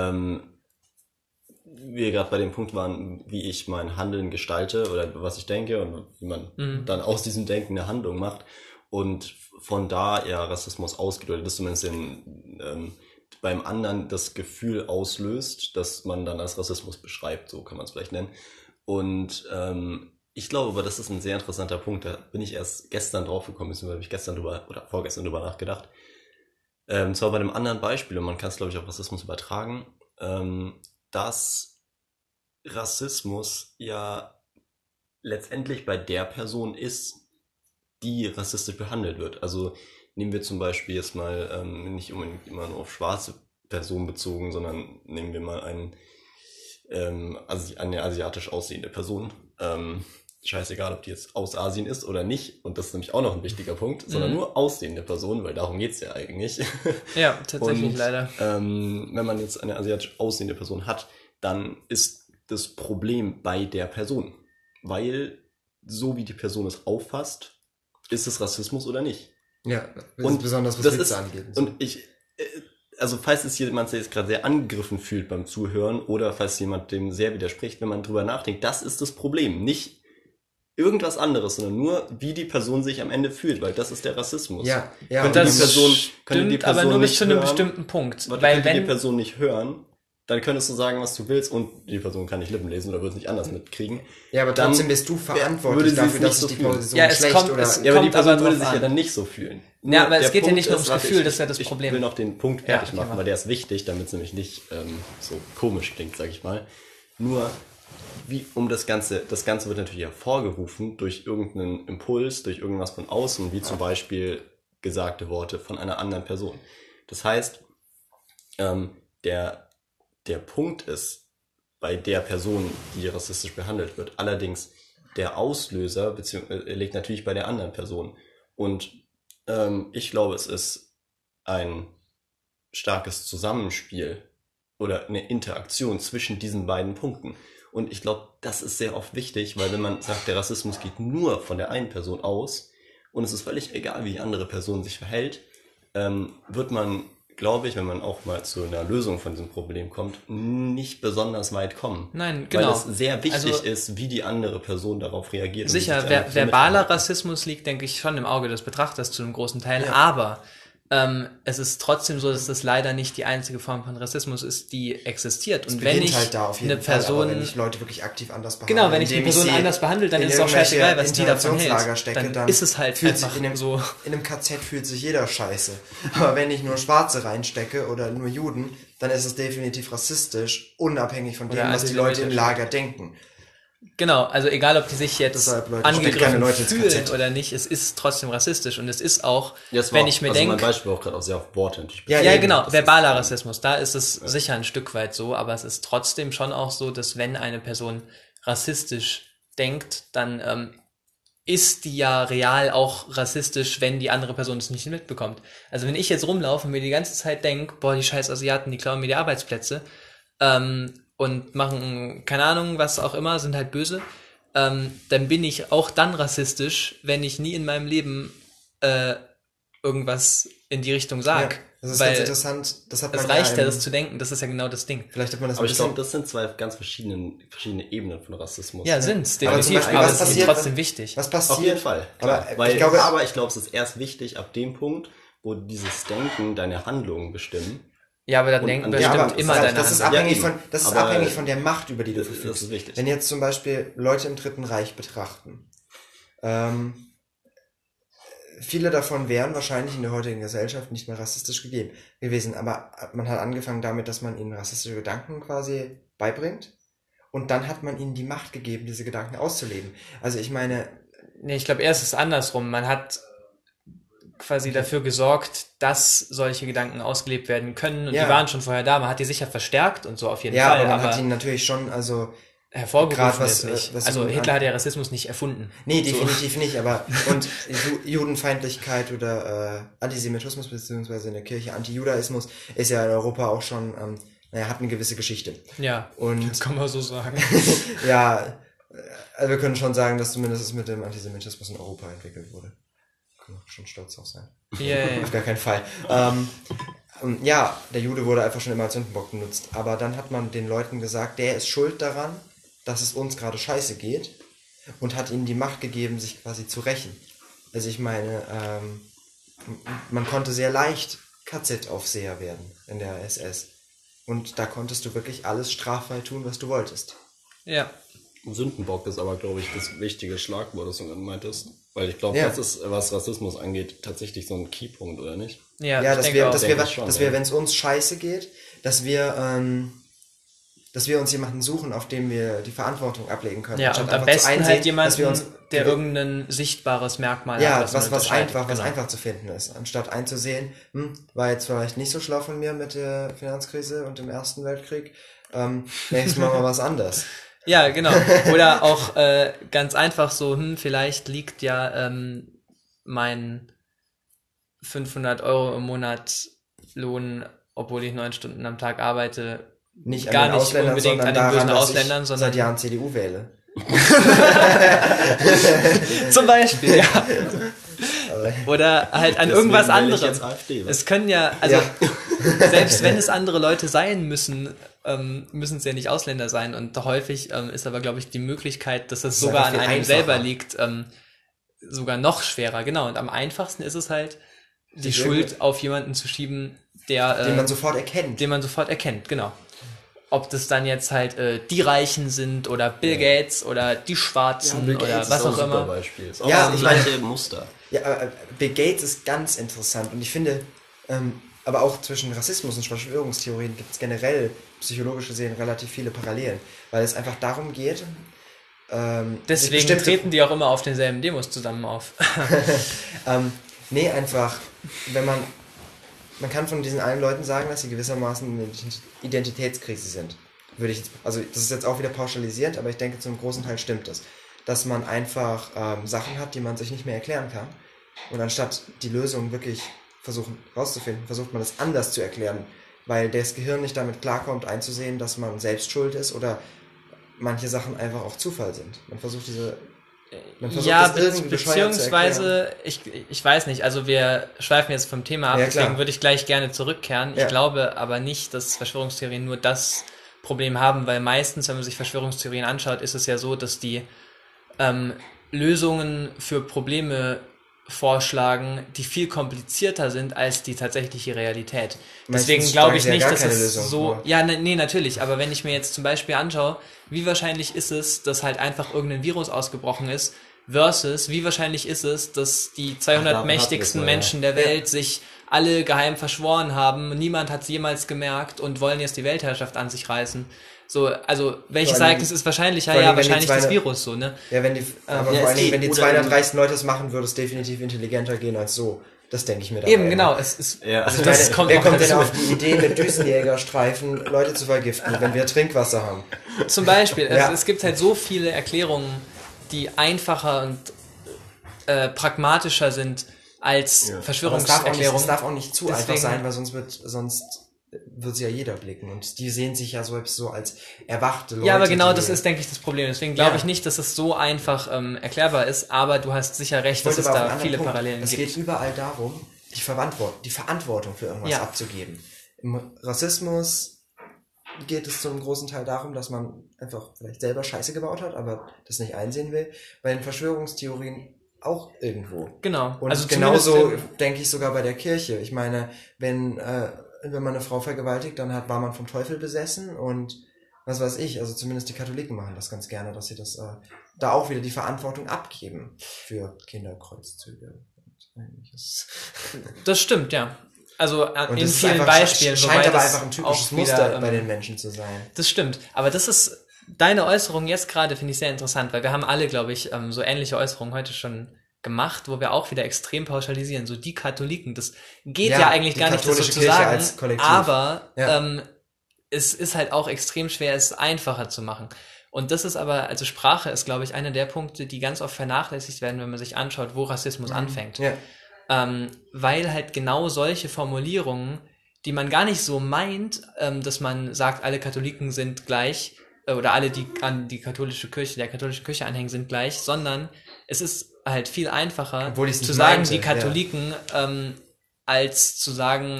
wir gerade bei dem Punkt waren, wie ich mein Handeln gestalte oder was ich denke und wie man dann aus diesem Denken eine Handlung macht und von da Rassismus ausgedeutet ist, zumindest beim anderen das Gefühl auslöst, dass man dann als Rassismus beschreibt, so kann man es vielleicht nennen. Und ich glaube aber, das ist ein sehr interessanter Punkt, da bin ich erst gestern drauf gekommen, beziehungsweise habe ich vorgestern drüber nachgedacht. Zwar bei einem anderen Beispiel, und man kann es, glaube ich, auf Rassismus übertragen, dass Rassismus ja letztendlich bei der Person ist, die rassistisch behandelt wird. Also nehmen wir zum Beispiel jetzt mal nicht unbedingt immer nur auf schwarze Personen bezogen, sondern nehmen wir mal eine asiatisch aussehende Person. Scheißegal, ob die jetzt aus Asien ist oder nicht. Und das ist nämlich auch noch ein wichtiger Punkt, sondern nur aussehende Person, weil darum geht's ja eigentlich. Ja, tatsächlich. Und, leider. Wenn man jetzt eine asiatisch aussehende Person hat, dann ist das Problem bei der Person. Weil, so wie die Person es auffasst, ist es Rassismus oder nicht. Ja, und besonders was Witze angeht. Und also falls es jemand jetzt gerade sehr angegriffen fühlt beim Zuhören oder falls jemand dem sehr widerspricht, wenn man drüber nachdenkt, das ist das Problem. Nicht irgendwas anderes, sondern nur, wie die Person sich am Ende fühlt, weil das ist der Rassismus. Ja, könnte die Person aber nur bis zu einem bestimmten Punkt. Weil wenn die Person nicht hören, dann könntest du sagen, was du willst und die Person kann nicht Lippen lesen oder wird es nicht anders mitkriegen. Ja, aber trotzdem bist du verantwortlich dafür, dass die Person schlecht oder... Ja, aber die Person würde sich ja dann nicht so fühlen. Ja, aber es geht ja nicht nur ums Gefühl, das ist ja das Problem. Ich will noch den Punkt fertig machen, weil der ist wichtig, damit es nämlich nicht so komisch klingt, sag ich mal. Nur, das Ganze wird natürlich hervorgerufen durch irgendeinen Impuls, durch irgendwas von außen, wie zum Beispiel gesagte Worte von einer anderen Person. Das heißt, der Punkt ist bei der Person, die rassistisch behandelt wird. Allerdings der Auslöser liegt natürlich bei der anderen Person. Und ich glaube, es ist ein starkes Zusammenspiel oder eine Interaktion zwischen diesen beiden Punkten. Und ich glaube, das ist sehr oft wichtig, weil wenn man sagt, der Rassismus geht nur von der einen Person aus und es ist völlig egal, wie die andere Person sich verhält, wird man, glaube ich, wenn man auch mal zu einer Lösung von diesem Problem kommt, nicht besonders weit kommen. Nein, genau. Weil es sehr wichtig ist, wie die andere Person darauf reagiert. Sicher, verbaler Rassismus liegt, denke ich, schon im Auge des Betrachters zu einem großen Teil, aber es ist trotzdem so, dass das leider nicht die einzige Form von Rassismus ist, die existiert. Und wenn ich halt da auf jeden eine Person, Fall, wenn ich Leute wirklich aktiv anders behandle, genau, wenn ich die Person anders behandle, dann ist es auch scheißegal, was die davon hält. Dann ist es halt einfach so. In einem KZ fühlt sich jeder scheiße. Aber wenn ich nur Schwarze reinstecke oder nur Juden, dann ist es definitiv rassistisch, unabhängig von dem, was die Leute im Lager denken. Genau, also egal, ob die sich jetzt Deshalb, Leute, steckt keine angegriffen Leute ins fühlen KZ. oder nicht, es ist trotzdem rassistisch und es ist auch, Ja, es war wenn ich mir also denke... mein Beispiel auch gerade auch sehr auf Worte natürlich. Ja, Ja, eben. genau, Das verbaler Rassismus, da ist es sicher ein Stück weit so, aber es ist trotzdem schon auch so, dass wenn eine Person rassistisch denkt, dann ist die ja real auch rassistisch, wenn die andere Person es nicht mitbekommt. Also wenn ich jetzt rumlaufe und mir die ganze Zeit denke, boah, die scheiß Asiaten, die klauen mir die Arbeitsplätze und machen, keine Ahnung, was auch immer, sind halt böse, dann bin ich auch dann rassistisch, wenn ich nie in meinem Leben irgendwas in die Richtung sage. Ja, das ist Weil ganz interessant. Das hat man es reicht ja, im- das zu denken, das ist ja genau das Ding. Vielleicht hat man das Aber ein ich bisschen... glaube, das sind zwei ganz verschiedene Ebenen von Rassismus. Ja, sind's, Aber definitiv, zum Beispiel, aber was es ist passiert, trotzdem wichtig. Was passiert? Auf jeden Fall. Aber Klar. Weil, ich glaube, aber ich glaube, es ist erst wichtig ab dem Punkt, wo dieses Denken deine Handlungen bestimmen. Ja, aber das Und Denken an- bestimmt ja, aber immer das, deine das ist Handlung. abhängig Ja, von, das ist aber abhängig von der Macht, über die du das verfügst. ist wichtig. Wenn jetzt zum Beispiel Leute im Dritten Reich betrachten, viele davon wären wahrscheinlich in der heutigen Gesellschaft nicht mehr rassistisch gewesen, aber man hat angefangen damit, dass man ihnen rassistische Gedanken quasi beibringt und dann hat man ihnen die Macht gegeben, diese Gedanken auszuleben. Also ich meine, Nee, ich glaube, erst ist es andersrum. Man hat quasi dafür gesorgt, dass solche Gedanken ausgelebt werden können und Ja. die waren schon vorher da. Man hat die sicher verstärkt und so auf jeden ja, Fall, aber man aber hat ihnen natürlich schon, also hervorgerufen grad was, ist nicht. was Also nun Hitler an- hat ja Rassismus nicht erfunden. nee, definitiv nicht, aber und Judenfeindlichkeit oder Antisemitismus beziehungsweise in der Kirche Antijudaismus ist ja in Europa auch schon, hat eine gewisse Geschichte. Ja, Und das kann man so sagen. ja, also wir können schon sagen, dass zumindest es mit dem Antisemitismus in Europa entwickelt wurde. Können wir schon stolz drauf sein. Yeah. Auf gar keinen Fall. Ja, der Jude wurde einfach schon immer als Sündenbock benutzt. Aber dann hat man den Leuten gesagt, der ist schuld daran, dass es uns gerade scheiße geht und hat ihnen die Macht gegeben, sich quasi zu rächen. Also ich meine, man konnte sehr leicht KZ-Aufseher werden in der SS. Und da konntest du wirklich alles straffrei tun, was du wolltest. Ja. Sündenbock ist aber, glaube ich, das wichtige Schlagwort, das du gerade meintest. Weil ich glaube, Ja. das ist, was Rassismus angeht, tatsächlich so ein Keypunkt, oder nicht? Ja, Ja, ich dass denke wir, auch. dass denke wir, ich schon, dass ja. wir, wenn es uns scheiße geht, dass wir uns jemanden suchen, auf dem wir die Verantwortung ablegen können. Ja, anstatt und am einfach zu besten einsehen, halt dass jemanden, wir uns der irgendein sichtbares Merkmal ja, hat. man was unterscheidet. was Genau. einfach zu finden ist, anstatt einzusehen, war jetzt vielleicht nicht so schlau von mir mit der Finanzkrise und dem Ersten Weltkrieg. Nächstes Mal was anderes. Ja, genau. Oder auch ganz einfach so, vielleicht liegt ja mein 500 € im Monat Lohn, obwohl ich 9 Stunden am Tag arbeite, Nicht gar an den nicht Ausländern, unbedingt sondern an den daran, bösen dass Ausländern, ich sondern seit Jahren CDU wähle. zum Beispiel, ja. Oder halt an irgendwas Deswegen wähle ich anderem. jetzt AfD, was? Es können ja, also Ja. selbst wenn es andere Leute sein müssen, müssen es ja nicht Ausländer sein. Und häufig ist aber, glaube ich, die Möglichkeit, dass es ist sogar an einfach viel einem einfacher. selber liegt, sogar noch schwerer. Genau. Und am einfachsten ist es halt, die Sich Schuld auf jemanden zu schieben, der Den man sofort erkennt. den man sofort erkennt. Genau. Ob das dann jetzt halt die Reichen sind oder Bill Gates oder die Schwarzen Bill oder Gates was ist auch ein super immer. Beispiel. Ist auch Ja, das ich gleiche Muster. Ja, aber Bill Gates ist ganz interessant und ich finde, aber auch zwischen Rassismus und Verschwörungstheorien gibt es generell psychologisch gesehen relativ viele Parallelen, weil es einfach darum geht, Deswegen sich bestimmte- treten die auch immer auf denselben Demos zusammen auf. nee, einfach, wenn man kann von diesen allen Leuten sagen, dass sie gewissermaßen eine Identitätskrise sind. Würde ich jetzt, also das ist jetzt auch wieder pauschalisiert, aber ich denke, zum großen Teil stimmt es. Dass man einfach Sachen hat, die man sich nicht mehr erklären kann. Und anstatt die Lösung wirklich rauszufinden, versucht man es anders zu erklären, weil das Gehirn nicht damit klarkommt, einzusehen, dass man selbst schuld ist oder manche Sachen einfach auch Zufall sind. Man versucht Ja, das irgendwie bescheuert zu erklären. beziehungsweise, ich weiß nicht, also wir schweifen jetzt vom Thema ab, Ja, deswegen klar. würde ich gleich gerne zurückkehren. Ja. Ich glaube aber nicht, dass Verschwörungstheorien nur das Problem haben, weil meistens, wenn man sich Verschwörungstheorien anschaut, ist es ja so, dass die Lösungen für Probleme vorschlagen, die viel komplizierter sind als die tatsächliche Realität. Deswegen Meistens glaube ich schlagen sie ja nicht, gar dass keine es Lösung so... vor. Ja, nee, natürlich, aber wenn ich mir jetzt zum Beispiel anschaue, wie wahrscheinlich ist es, dass halt einfach irgendein Virus ausgebrochen ist, versus wie wahrscheinlich ist es, dass die 200 da mächtigsten hatten wir es mal, Menschen der Welt sich alle geheim verschworen haben, niemand hat es jemals gemerkt und wollen jetzt die Weltherrschaft an sich reißen. So, also welches Vor allem- Ereignis ist wahrscheinlicher? vor allem, Ja, wenn die wahrscheinlich das 200 Virus, so, ne? Ja, aber ja, vor es allen Dingen, geht. wenn die Oder 200 reichsten Leute es machen, würde es definitiv intelligenter gehen als so. Das denke ich mir dabei Eben, immer. genau. Es ist, Ja. Also ich das meine, kommt wer noch kommt denn dazu. auf die Idee, mit Düsenjägerstreifen Leute zu vergiften, wenn wir Trinkwasser haben? Zum Beispiel, Ja. es gibt halt so viele Erklärungen, die einfacher und pragmatischer sind als Ja. Es Verschwörungserklärungen. darf auch nicht zu einfach Deswegen- sein, weil sonst wird sie ja jeder blicken. Und die sehen sich ja so als erwachte Leute. Ja, aber genau die, das ist, denke ich, das Problem. Deswegen glaube Ja. ich nicht, dass es so einfach erklärbar ist, aber du hast sicher recht, dass wollte es aber auf da einen viele anderen Punkt. Parallelen Es gibt. geht überall darum, die Verantwortung für irgendwas Ja. abzugeben. Im Rassismus geht es zum großen Teil darum, dass man einfach vielleicht selber Scheiße gebaut hat, aber das nicht einsehen will. Bei den Verschwörungstheorien auch irgendwo. Genau. Und also genauso zumindest denke ich sogar bei der Kirche. Ich meine, wenn man eine Frau vergewaltigt, dann war man vom Teufel besessen und was weiß ich, also zumindest die Katholiken machen das ganz gerne, dass sie das da auch wieder die Verantwortung abgeben für Kinderkreuzzüge und ähnliches. das stimmt, ja. Also Und in das ist vielen einfach, Beispielen. scheint wobei aber das einfach ein typisches auch Muster wieder, bei den Menschen zu sein. Das stimmt. Aber das ist, deine Äußerung jetzt gerade finde ich sehr interessant, weil wir haben alle, glaube ich, so ähnliche Äußerungen heute schon gemacht, wo wir auch wieder extrem pauschalisieren. So die Katholiken, das geht ja, eigentlich die gar nicht, das so katholische zu Kirche sagen, als Kollektiv. aber Ja. es ist halt auch extrem schwer, es einfacher zu machen. Und das ist aber, also Sprache ist, glaube ich, einer der Punkte, die ganz oft vernachlässigt werden, wenn man sich anschaut, wo Rassismus anfängt. Ja. Weil halt genau solche Formulierungen, die man gar nicht so meint, dass man sagt, alle Katholiken sind gleich oder alle, die an die katholische Kirche, der katholischen Kirche anhängen, sind gleich, sondern es ist halt viel einfacher Obwohl ich's zu nicht sagen, meinte, die Katholiken, als zu sagen,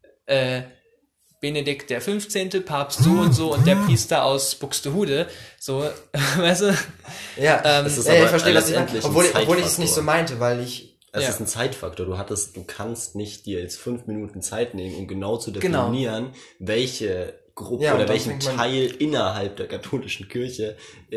Benedikt der 15., Papst so und der Priester aus Buxtehude, so, weißt du? Ja, Es ist ja, aber ich verstehe, was ich meine. letztendlich ein Obwohl ich es nicht Zeitfaktor. so meinte, weil ich Es Ja. ist ein Zeitfaktor. Du kannst nicht dir jetzt 5 Minuten Zeit nehmen, um genau zu Genau. definieren, welche Gruppe Ja, und oder dann welchen fängt man- Teil innerhalb der katholischen Kirche,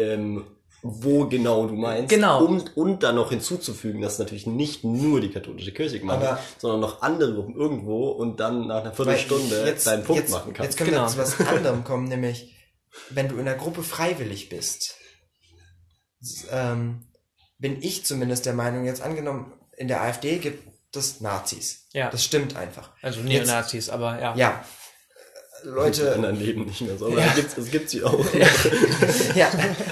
wo genau du meinst. Genau. Und dann noch hinzuzufügen, dass natürlich nicht nur die katholische Kirche gemeint Aber- ist, sondern noch andere Gruppen irgendwo und dann nach einer weil Viertelstunde deinen Punkt machen kannst. Jetzt können Genau. wir zu was anderem kommen, nämlich wenn du in der Gruppe freiwillig bist, bin ich zumindest der Meinung, jetzt angenommen, in der AfD gibt es Nazis. Ja. Das stimmt einfach. Also Neonazis, aber ja. Ja. Die Leute, anderen leben nicht mehr so, aber Ja. es gibt sie auch. ja,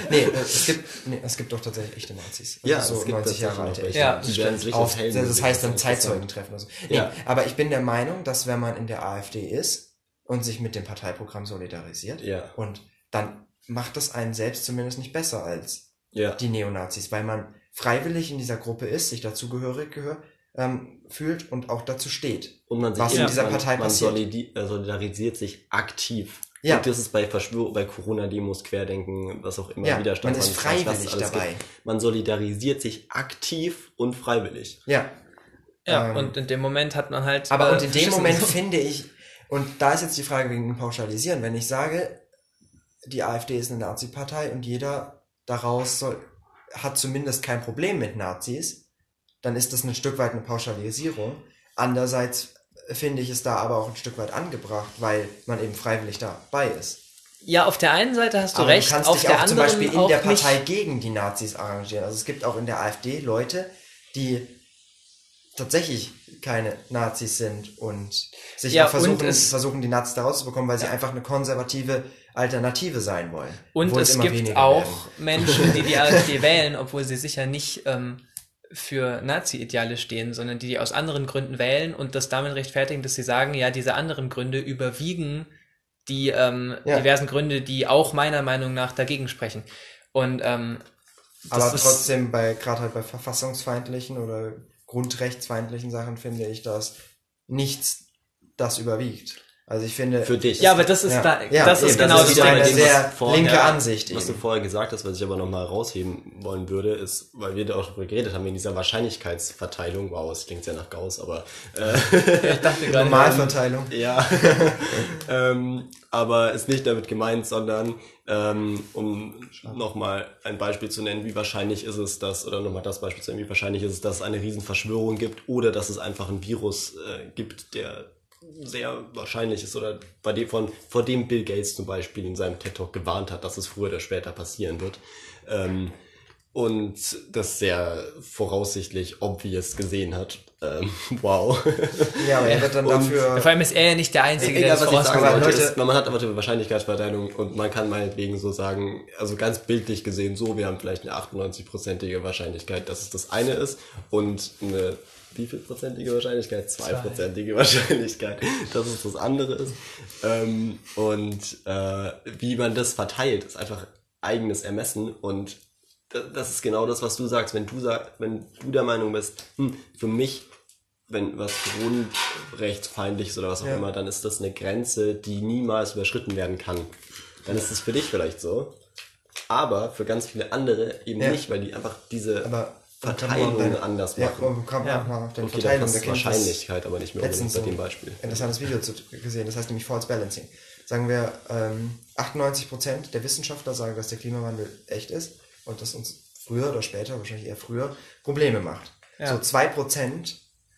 es gibt doch tatsächlich echte Nazis. Ja, Also so es gibt 90 Jahre tatsächlich alte noch echte. Ja, welche. Die werden sich Auf, als Helden das heißt dann gesehen. Zeitzeugen-Treffen oder so. Nee, Ja. aber ich bin der Meinung, dass wenn man in der AfD ist und sich mit dem Parteiprogramm solidarisiert, Ja. und dann macht das einen selbst zumindest nicht besser als Ja. die Neonazis, weil man freiwillig in dieser Gruppe ist, sich dazugehörig fühlt und auch dazu steht. Und man sich Was eben- in dieser man, Partei man passiert. solidarisiert sich aktiv. Ja. Und das ist bei bei Corona-Demos, Querdenken, was auch immer, Ja, Widerstand. man ist was es freiwillig alles dabei. gibt. Man solidarisiert sich aktiv und freiwillig. Ja. Ja, und in dem Moment hat man halt. Aber und in dem Faschismus. Moment finde ich, und da ist jetzt die Frage wegen dem Pauschalisieren, wenn ich sage, die AfD ist eine Nazi-Partei und jeder daraus hat zumindest kein Problem mit Nazis, dann ist das ein Stück weit eine Pauschalisierung. Andererseits finde ich es da aber auch ein Stück weit angebracht, weil man eben freiwillig dabei ist. Ja, auf der einen Seite hast du Aber recht, du kannst auf dich der auch zum anderen Beispiel in auch der Partei nicht. gegen die Nazis arrangieren. Also es gibt auch in der AfD Leute, die tatsächlich keine Nazis sind und sich Ja, auch und versuchen, die Nazis da rauszubekommen, weil sie einfach eine konservative Alternative sein wollen. Und Obwohl es immer gibt weniger auch werden. Menschen, die AfD wählen, obwohl sie sicher nicht für Nazi-Ideale stehen, sondern die aus anderen Gründen wählen und das damit rechtfertigen, dass sie sagen, ja, diese anderen Gründe überwiegen die diversen Gründe, die auch meiner Meinung nach dagegen sprechen. Und Aber trotzdem gerade halt bei verfassungsfeindlichen oder grundrechtsfeindlichen Sachen finde ich, dass nichts das überwiegt. Also ich finde... Für dich. ja, aber das ist das ist eben, genau das das ist wieder eine bei Ding. dem, sehr was vorher- linke Ansicht Was du eben. vorher gesagt hast, was ich aber nochmal rausheben wollen würde, ist, weil wir da auch drüber geredet haben, wegen dieser Wahrscheinlichkeitsverteilung, wow, es klingt sehr nach Gauss, aber Ich dachte gerade, Normalverteilung. ja, aber ist nicht damit gemeint, sondern um nochmal ein Beispiel zu nennen, wie wahrscheinlich ist es, dass, oder nochmal das Beispiel zu nennen, wie wahrscheinlich ist es, dass es eine Riesenverschwörung gibt oder dass es einfach ein Virus gibt, der sehr wahrscheinlich ist oder vor dem Bill Gates zum Beispiel in seinem TED Talk gewarnt hat, dass es früher oder später passieren wird. Und das sehr voraussichtlich obvious gesehen hat. Wow. Ja, aber er wird dann dafür... Vor allem ist er ja nicht der Einzige, der das vorausgesagt hat. Man hat aber die Wahrscheinlichkeitsverteilung und man kann meinetwegen so sagen, also ganz bildlich gesehen so, wir haben vielleicht eine 98%ige Wahrscheinlichkeit, dass es das eine ist und eine wie viel prozentige Wahrscheinlichkeit? 2%ige Wahrscheinlichkeit, dass es das andere ist. Wie man das verteilt, ist einfach eigenes Ermessen und das ist genau das, was du sagst. Wenn du der Meinung bist, für mich, wenn was grundrechtsfeindlich ist oder was auch immer, dann ist das eine Grenze, die niemals überschritten werden kann. Dann ist es für dich vielleicht so. Aber für ganz viele andere eben nicht, weil die einfach diese Verteilung anders machen. Ja, man kann auch mal auf den okay, Verteilung der Wahrscheinlichkeit, aber nicht mehr unbedingt bei dem Beispiel. Interessantes Video gesehen, das heißt nämlich False Balancing. Sagen wir, 98% der Wissenschaftler sagen, dass der Klimawandel echt ist und das uns früher oder später, wahrscheinlich eher früher, Probleme macht. Ja. So 2%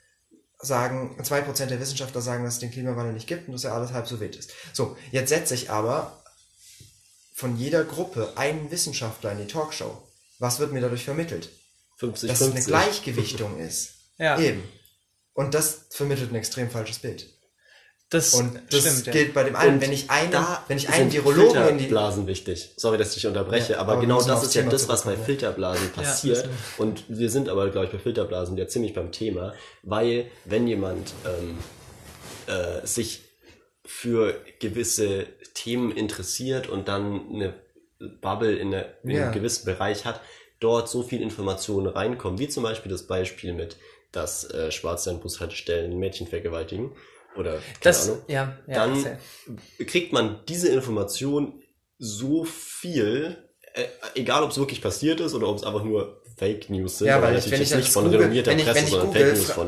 der Wissenschaftler sagen, dass es den Klimawandel nicht gibt und dass er alles halb so wild ist. So, jetzt setze ich aber von jeder Gruppe einen Wissenschaftler in die Talkshow. Was wird mir dadurch vermittelt? 50, dass 50. Es eine Gleichgewichtung ist. Ja. Eben. Und das vermittelt ein extrem falsches Bild. Das stimmt, gilt bei dem einen. Wenn ich einen Virologen in die... Filterblasen wichtig. Sorry, dass ich dich unterbreche, aber genau das ist ja das, was bei Filterblasen passiert. Und wir sind aber, glaube ich, bei Filterblasen ja ziemlich beim Thema, weil wenn jemand sich für gewisse Themen interessiert und dann eine Bubble in einem gewissen Bereich hat, dort so viel Informationen reinkommen, wie zum Beispiel das Beispiel mit, dass Schwarze an Bushaltestellen Mädchen vergewaltigen oder keine Ahnung, dann kriegt man diese Information so viel, egal ob es wirklich passiert ist oder ob es einfach nur Fake News sind, weil ich nicht von renommierter Presse, sondern Fake News von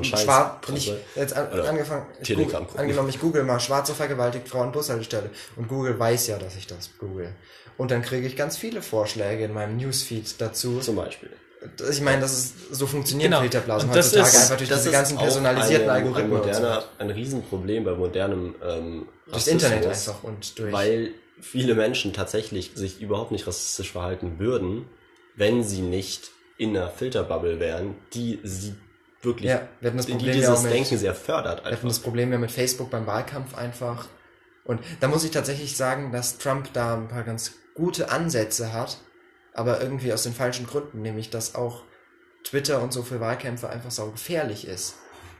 angenommen, ich google mal Schwarze vergewaltigt Frauen Bushaltestelle und Google weiß ja, dass ich das google. Und dann kriege ich ganz viele Vorschläge in meinem Newsfeed dazu. Zum Beispiel. Ich meine, so funktionieren Filterblasen heutzutage einfach durch diese ganzen personalisierten Algorithmen. Ein Riesenproblem bei modernem das Internet einfach und durch. Weil viele Menschen tatsächlich sich überhaupt nicht rassistisch verhalten würden, wenn sie nicht in einer Filterbubble wären, die sie wirklich, die dieses Denken sehr fördert. Wir hatten das Problem ja mit Facebook beim Wahlkampf einfach. Und da muss ich tatsächlich sagen, dass Trump da ein paar ganz gute Ansätze hat, aber irgendwie aus den falschen Gründen, nämlich dass auch Twitter und so für Wahlkämpfe einfach sau gefährlich ist.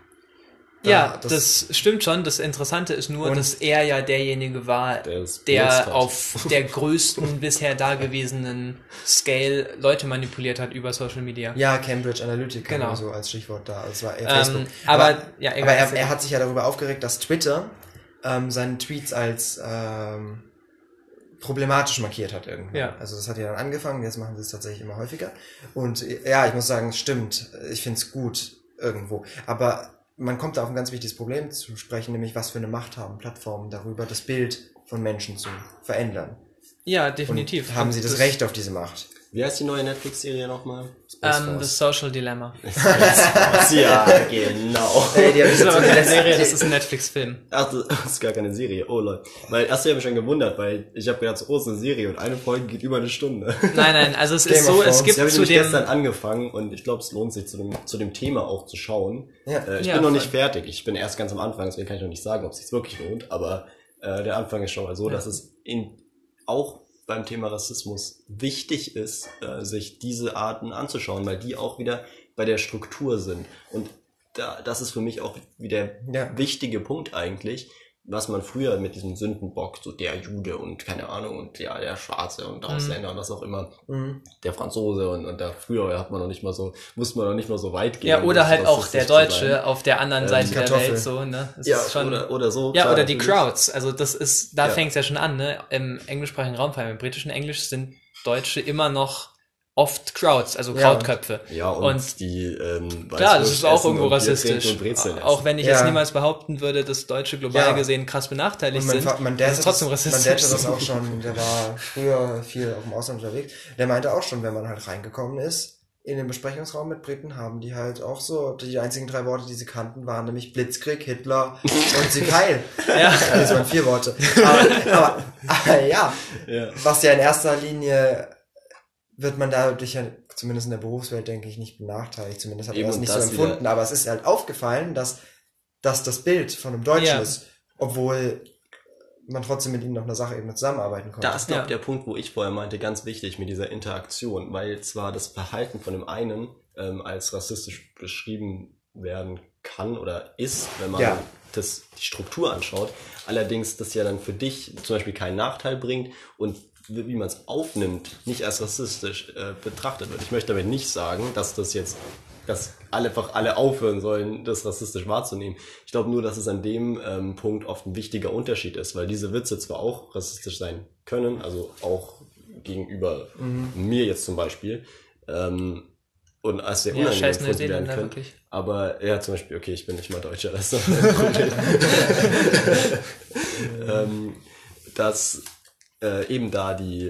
Das stimmt schon. Das Interessante ist nur, dass er ja derjenige war, der auf der größten bisher dagewesenen Scale Leute manipuliert hat über Social Media. Ja, Cambridge Analytica so als Stichwort da. Es war eher Facebook. Aber er hat sich ja darüber aufgeregt, dass Twitter seine Tweets als problematisch markiert hat irgendwie. Ja. Also das hat ja dann angefangen, jetzt machen sie es tatsächlich immer häufiger. Und ich muss sagen, es stimmt. Ich finde es gut irgendwo. Aber man kommt da auf ein ganz wichtiges Problem zu sprechen, nämlich was für eine Macht haben Plattformen darüber, das Bild von Menschen zu verändern. Ja, definitiv. Und haben sie das Recht auf diese Macht? Wie heißt die neue Netflix-Serie nochmal? The Social Dilemma. Ja, genau. Das ist aber keine Serie, das ist ein Netflix-Film. Ach, das ist gar keine Serie. Oh Leute. Weil erst habe ich mich schon gewundert, weil ich habe gedacht, so, ist eine Serie und eine Folge geht über eine Stunde. Nein, also es ist so, es gibt zu dem... gestern angefangen und ich glaube, es lohnt sich zu dem Thema auch zu schauen. Ich bin noch nicht fertig. Ich bin erst ganz am Anfang, deswegen kann ich noch nicht sagen, ob es sich wirklich lohnt, aber der Anfang ist schon mal so, dass es auch beim Thema Rassismus wichtig ist, sich diese Arten anzuschauen, weil die auch wieder bei der Struktur sind. Und das ist für mich auch wieder der wichtige Punkt eigentlich, was man früher mit diesem Sündenbock, so der Jude und keine Ahnung und der Schwarze und Ausländer und was auch immer, der Franzose und da früher musste man noch nicht mal so weit gehen. Ja, oder halt auch der Deutsche auf der anderen Seite der Welt, so, ne? Das ist schon, oder so. Ja, oder die Crowds. Also das ist, da fängt's ja schon an, ne? Im englischsprachigen Raum, vor allem im britischen Englisch sind Deutsche immer noch oft Crowds, also Krautköpfe. Ja, und die klar, das ist auch irgendwo rassistisch. Auch wenn ich jetzt niemals behaupten würde, dass Deutsche global gesehen krass benachteiligt sind. Das ist trotzdem rassistisch. Mein Dad hat das auch schon, der war früher viel auf dem Ausland unterwegs. Der meinte auch schon, wenn man halt reingekommen ist in dem Besprechungsraum mit Briten haben die halt auch so, die einzigen 3 Worte, die sie kannten, waren nämlich Blitzkrieg, Hitler und Sieg Heil. Ja. Das waren 4 Worte. Aber ja, was ja in erster Linie wird man dadurch ja, zumindest in der Berufswelt, denke ich, nicht benachteiligt. Zumindest habe ich das nicht so empfunden. Aber es ist halt aufgefallen, dass das Bild von einem Deutschen ist, obwohl man trotzdem mit ihm auf einer Sachebene zusammenarbeiten konnte. Da ist, glaube ich, der Punkt, wo ich vorher meinte, ganz wichtig mit dieser Interaktion, weil zwar das Verhalten von dem einen als rassistisch beschrieben werden kann oder ist, wenn man die Struktur anschaut, allerdings das ja dann für dich zum Beispiel keinen Nachteil bringt und wie man es aufnimmt, nicht als rassistisch betrachtet wird. Ich möchte damit nicht sagen, dass einfach alle aufhören sollen, das rassistisch wahrzunehmen. Ich glaube nur, dass es an dem Punkt oft ein wichtiger Unterschied ist, weil diese Witze zwar auch rassistisch sein können, also auch gegenüber mir jetzt zum Beispiel, und als sehr unangenehm gefunden werden können. Wirklich. Aber ja, zum Beispiel, okay, ich bin nicht mal Deutscher, das ist doch ein Problem. Dass eben da die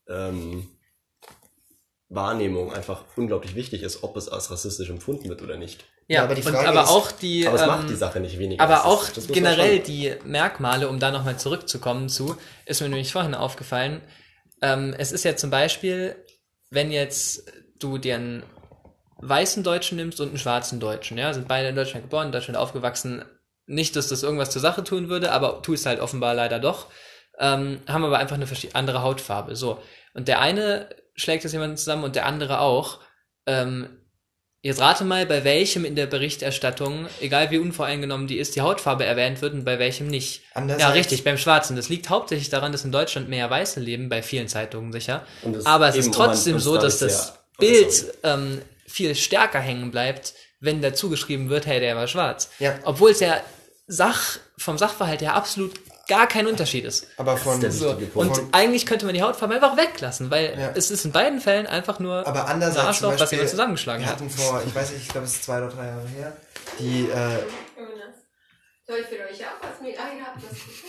Wahrnehmung einfach unglaublich wichtig ist, ob es als rassistisch empfunden wird oder nicht. Ja, aber die Frage aber es macht die Sache nicht weniger. Aber auch generell die Merkmale, um da nochmal zurückzukommen ist mir nämlich vorhin aufgefallen, es ist ja zum Beispiel, wenn jetzt du dir einen weißen Deutschen nimmst und einen schwarzen Deutschen, ja, sind beide in Deutschland geboren, in Deutschland aufgewachsen, nicht, dass das irgendwas zur Sache tun würde, aber tu es halt offenbar leider doch, haben aber einfach eine andere Hautfarbe, so. Und der eine schlägt das jemanden zusammen und der andere auch. Jetzt rate mal, bei welchem in der Berichterstattung, egal wie unvoreingenommen die ist, die Hautfarbe erwähnt wird und bei welchem nicht. Ja, richtig, beim Schwarzen. Das liegt hauptsächlich daran, dass in Deutschland mehr Weiße leben, bei vielen Zeitungen sicher. Aber es ist trotzdem so, dass das Bild viel stärker hängen bleibt, wenn dazu geschrieben wird, hey, der war schwarz. Ja. Obwohl es ja vom Sachverhalt her absolut gar kein Unterschied ist. Aber und eigentlich könnte man die Hautfarbe einfach weglassen, weil es ist in beiden Fällen einfach nur aber andererseits ein Arschloch, was jemand zusammengeschlagen hat. Wir hatten vor, ich weiß nicht, ich glaube es ist 2 oder 3 Jahre her, die soll ich für euch auch was mit einhaben?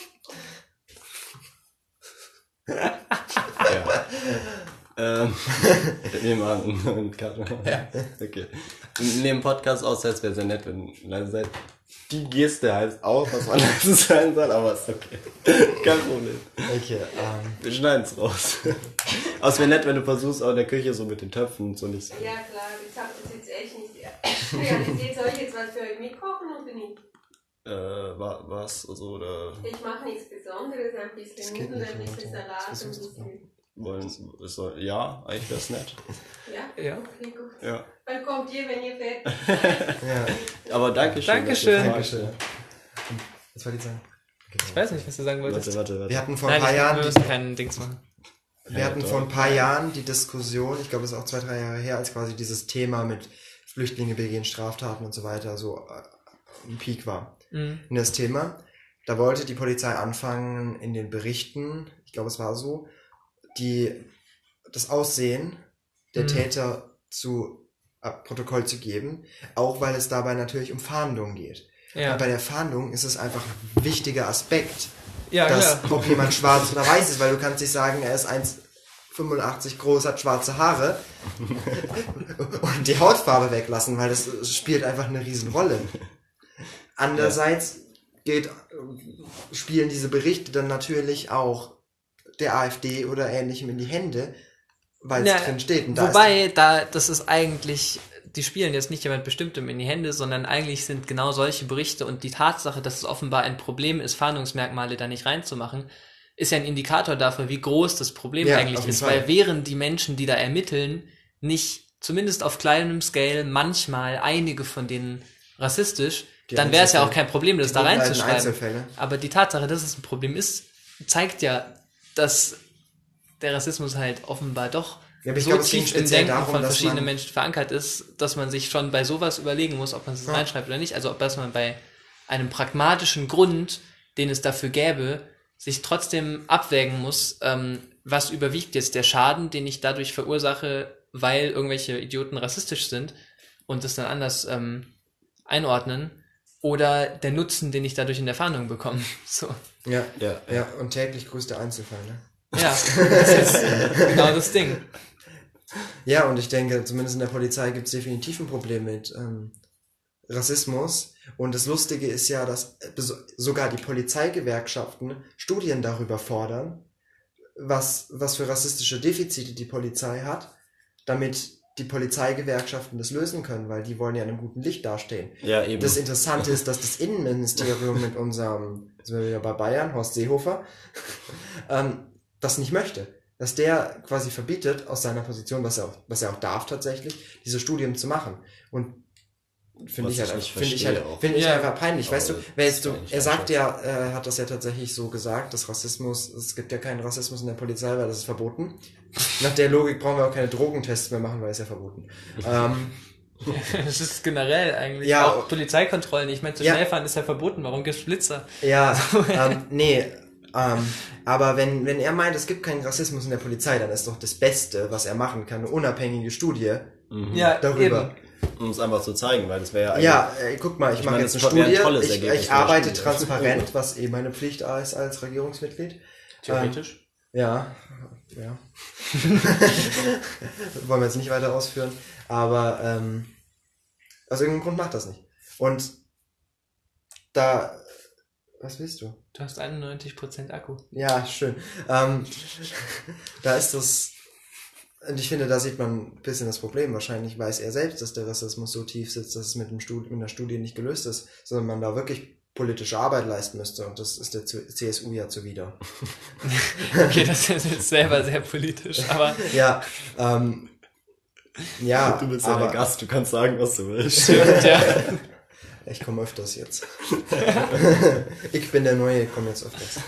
Wir machen einen Cut. Okay. Nehmen Podcast aus, als wäre sehr nett, wenn leise seid. Die Geste heißt auch, was man leise sein soll, aber ist okay. Kein Problem. Okay, wir schneiden es raus. Aber es wäre nett, wenn du versuchst, auch in der Küche so mit den Töpfen so nicht. Ja klar, ich habe das jetzt echt nicht realisiert. Soll ich jetzt was für euch mitkochen oder nicht? Was? Also, oder? Ich mache nichts Besonderes, ein bisschen Nudeln, ein bisschen Salat, ein bisschen... Ja, eigentlich wäre es nett. Ja? Okay, gut. Ja. Dann kommt ihr, wenn ihr fertig seid. Aber Dankeschön. Dankeschön. Was wollte ich sagen? Okay, ich weiß nicht, was du sagen wolltest. Warte. Wir hatten vor ein paar Jahren... Wir müssen keinen Dings machen. Wir hatten vor ein paar Jahren die Diskussion, ich glaube, es ist auch 2, 3 Jahre her, als quasi dieses Thema mit Flüchtlinge begehen Straftaten und so weiter so ein Peak war. In das Thema. Da wollte die Polizei anfangen, in den Berichten, ich glaube, es war so, das Aussehen der Täter zu Protokoll zu geben, auch weil es dabei dass um Fahndung geht. Ja. Und bei der Fahndung ist es einfach ein wichtiger Aspekt, ob jemand schwarz oder weiß ist, weil du kannst nicht sagen, er ist 1,85 groß, hat schwarze Haare und die Hautfarbe weglassen, weil das spielt einfach eine Riesenrolle. Andererseits spielen diese Berichte dann natürlich auch der AfD oder Ähnlichem in die Hände, weil es drin steht. Und das ist eigentlich, die spielen jetzt nicht jemand Bestimmtem in die Hände, sondern eigentlich sind genau solche Berichte und die Tatsache, dass es offenbar ein Problem ist, Fahndungsmerkmale da nicht reinzumachen, ist ja ein Indikator dafür, wie groß das Problem eigentlich ist, weil wären die Menschen, die da ermitteln, nicht, zumindest auf kleinem Scale, manchmal einige von denen rassistisch, dann wäre es ja auch kein Problem, das da reinzuschreiben. Aber die Tatsache, dass es ein Problem ist, zeigt ja, dass der Rassismus halt offenbar doch so tief im Denken von verschiedenen Menschen verankert ist, dass man sich schon bei sowas überlegen muss, ob man es reinschreibt oder nicht. Also ob dass man bei einem pragmatischen Grund, den es dafür gäbe, sich trotzdem abwägen muss, was überwiegt jetzt der Schaden, den ich dadurch verursache, weil irgendwelche Idioten rassistisch sind und das dann anders einordnen, oder der Nutzen, den ich dadurch in der Fahndung bekomme. So. Ja, und täglich grüßt der Einzelfall, ne? Ja, das ist genau das Ding. Ja, und ich denke, zumindest in der Polizei gibt es definitiv ein Problem mit Rassismus. Und das Lustige ist ja, dass sogar die Polizeigewerkschaften Studien darüber fordern, was für rassistische Defizite die Polizei hat, damit die Polizeigewerkschaften das lösen können, weil die wollen ja in einem guten Licht dastehen. Ja, eben. Das Interessante ist, dass das Innenministerium mit unserem, sind wir wieder bei Bayern, Horst Seehofer, das nicht möchte. Dass der quasi verbietet, aus seiner Position, was er auch darf tatsächlich, diese Studien zu machen. Und finde ich einfach peinlich. Weißt du, er sagt ja, er hat das ja tatsächlich so gesagt, dass Rassismus, es gibt ja keinen Rassismus in der Polizei, weil das ist verboten. Nach der Logik brauchen wir auch keine Drogentests mehr machen, weil es ja verboten. Das ist generell eigentlich. Ja, auch Polizeikontrollen. Ich meine, zu schnell fahren ist ja verboten. Warum gibt's Blitzer? Ja, aber wenn er meint, es gibt keinen Rassismus in der Polizei, dann ist doch das Beste, was er machen kann, eine unabhängige Studie darüber. Eben. Um es einfach zu zeigen, weil das wäre ja eigentlich... Ja, guck mal, ich mache jetzt eine Studie, ich arbeite transparent, was meine Pflicht ist als Regierungsmitglied. Theoretisch. Ja. Wollen wir jetzt nicht weiter ausführen, aber aus irgendeinem Grund macht das nicht. Und da... Was willst du? Du hast 91% Akku. Ja, schön. Da ist das... Und ich finde, da sieht man ein bisschen das Problem. Wahrscheinlich weiß er selbst, dass der Rassismus so tief sitzt, dass es mit einer Studie nicht gelöst ist, sondern man da wirklich politische Arbeit leisten müsste. Und das ist der CSU ja zuwider. Okay, das ist jetzt selber sehr politisch, aber... Ja, ja. Du bist ja der Gast, du kannst sagen, was du willst. Stimmt, ja. Ich komme öfters jetzt. Ich bin der Neue, ich komme jetzt öfters.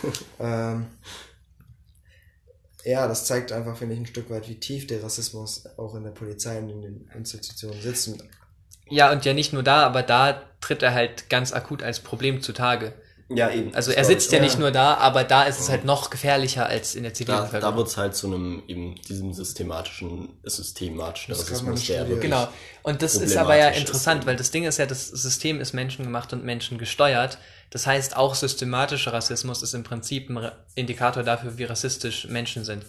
Ja, das zeigt einfach, finde ich, ein Stück weit, wie tief der Rassismus auch in der Polizei und in den Institutionen sitzt. Ja, und ja nicht nur da, aber da tritt er halt ganz akut als Problem zutage. Ja, eben. Also er sitzt ja nicht nur da, aber da ist es halt noch gefährlicher als in der Zivilbevölkerung. Da wird es halt zu diesem systematischen Rassismus, Genau. Und das ist aber ja interessant, weil das Ding ist ja, das System ist menschengemacht und menschengesteuert. Das heißt, auch systematischer Rassismus ist im Prinzip ein Indikator dafür, wie rassistisch Menschen sind.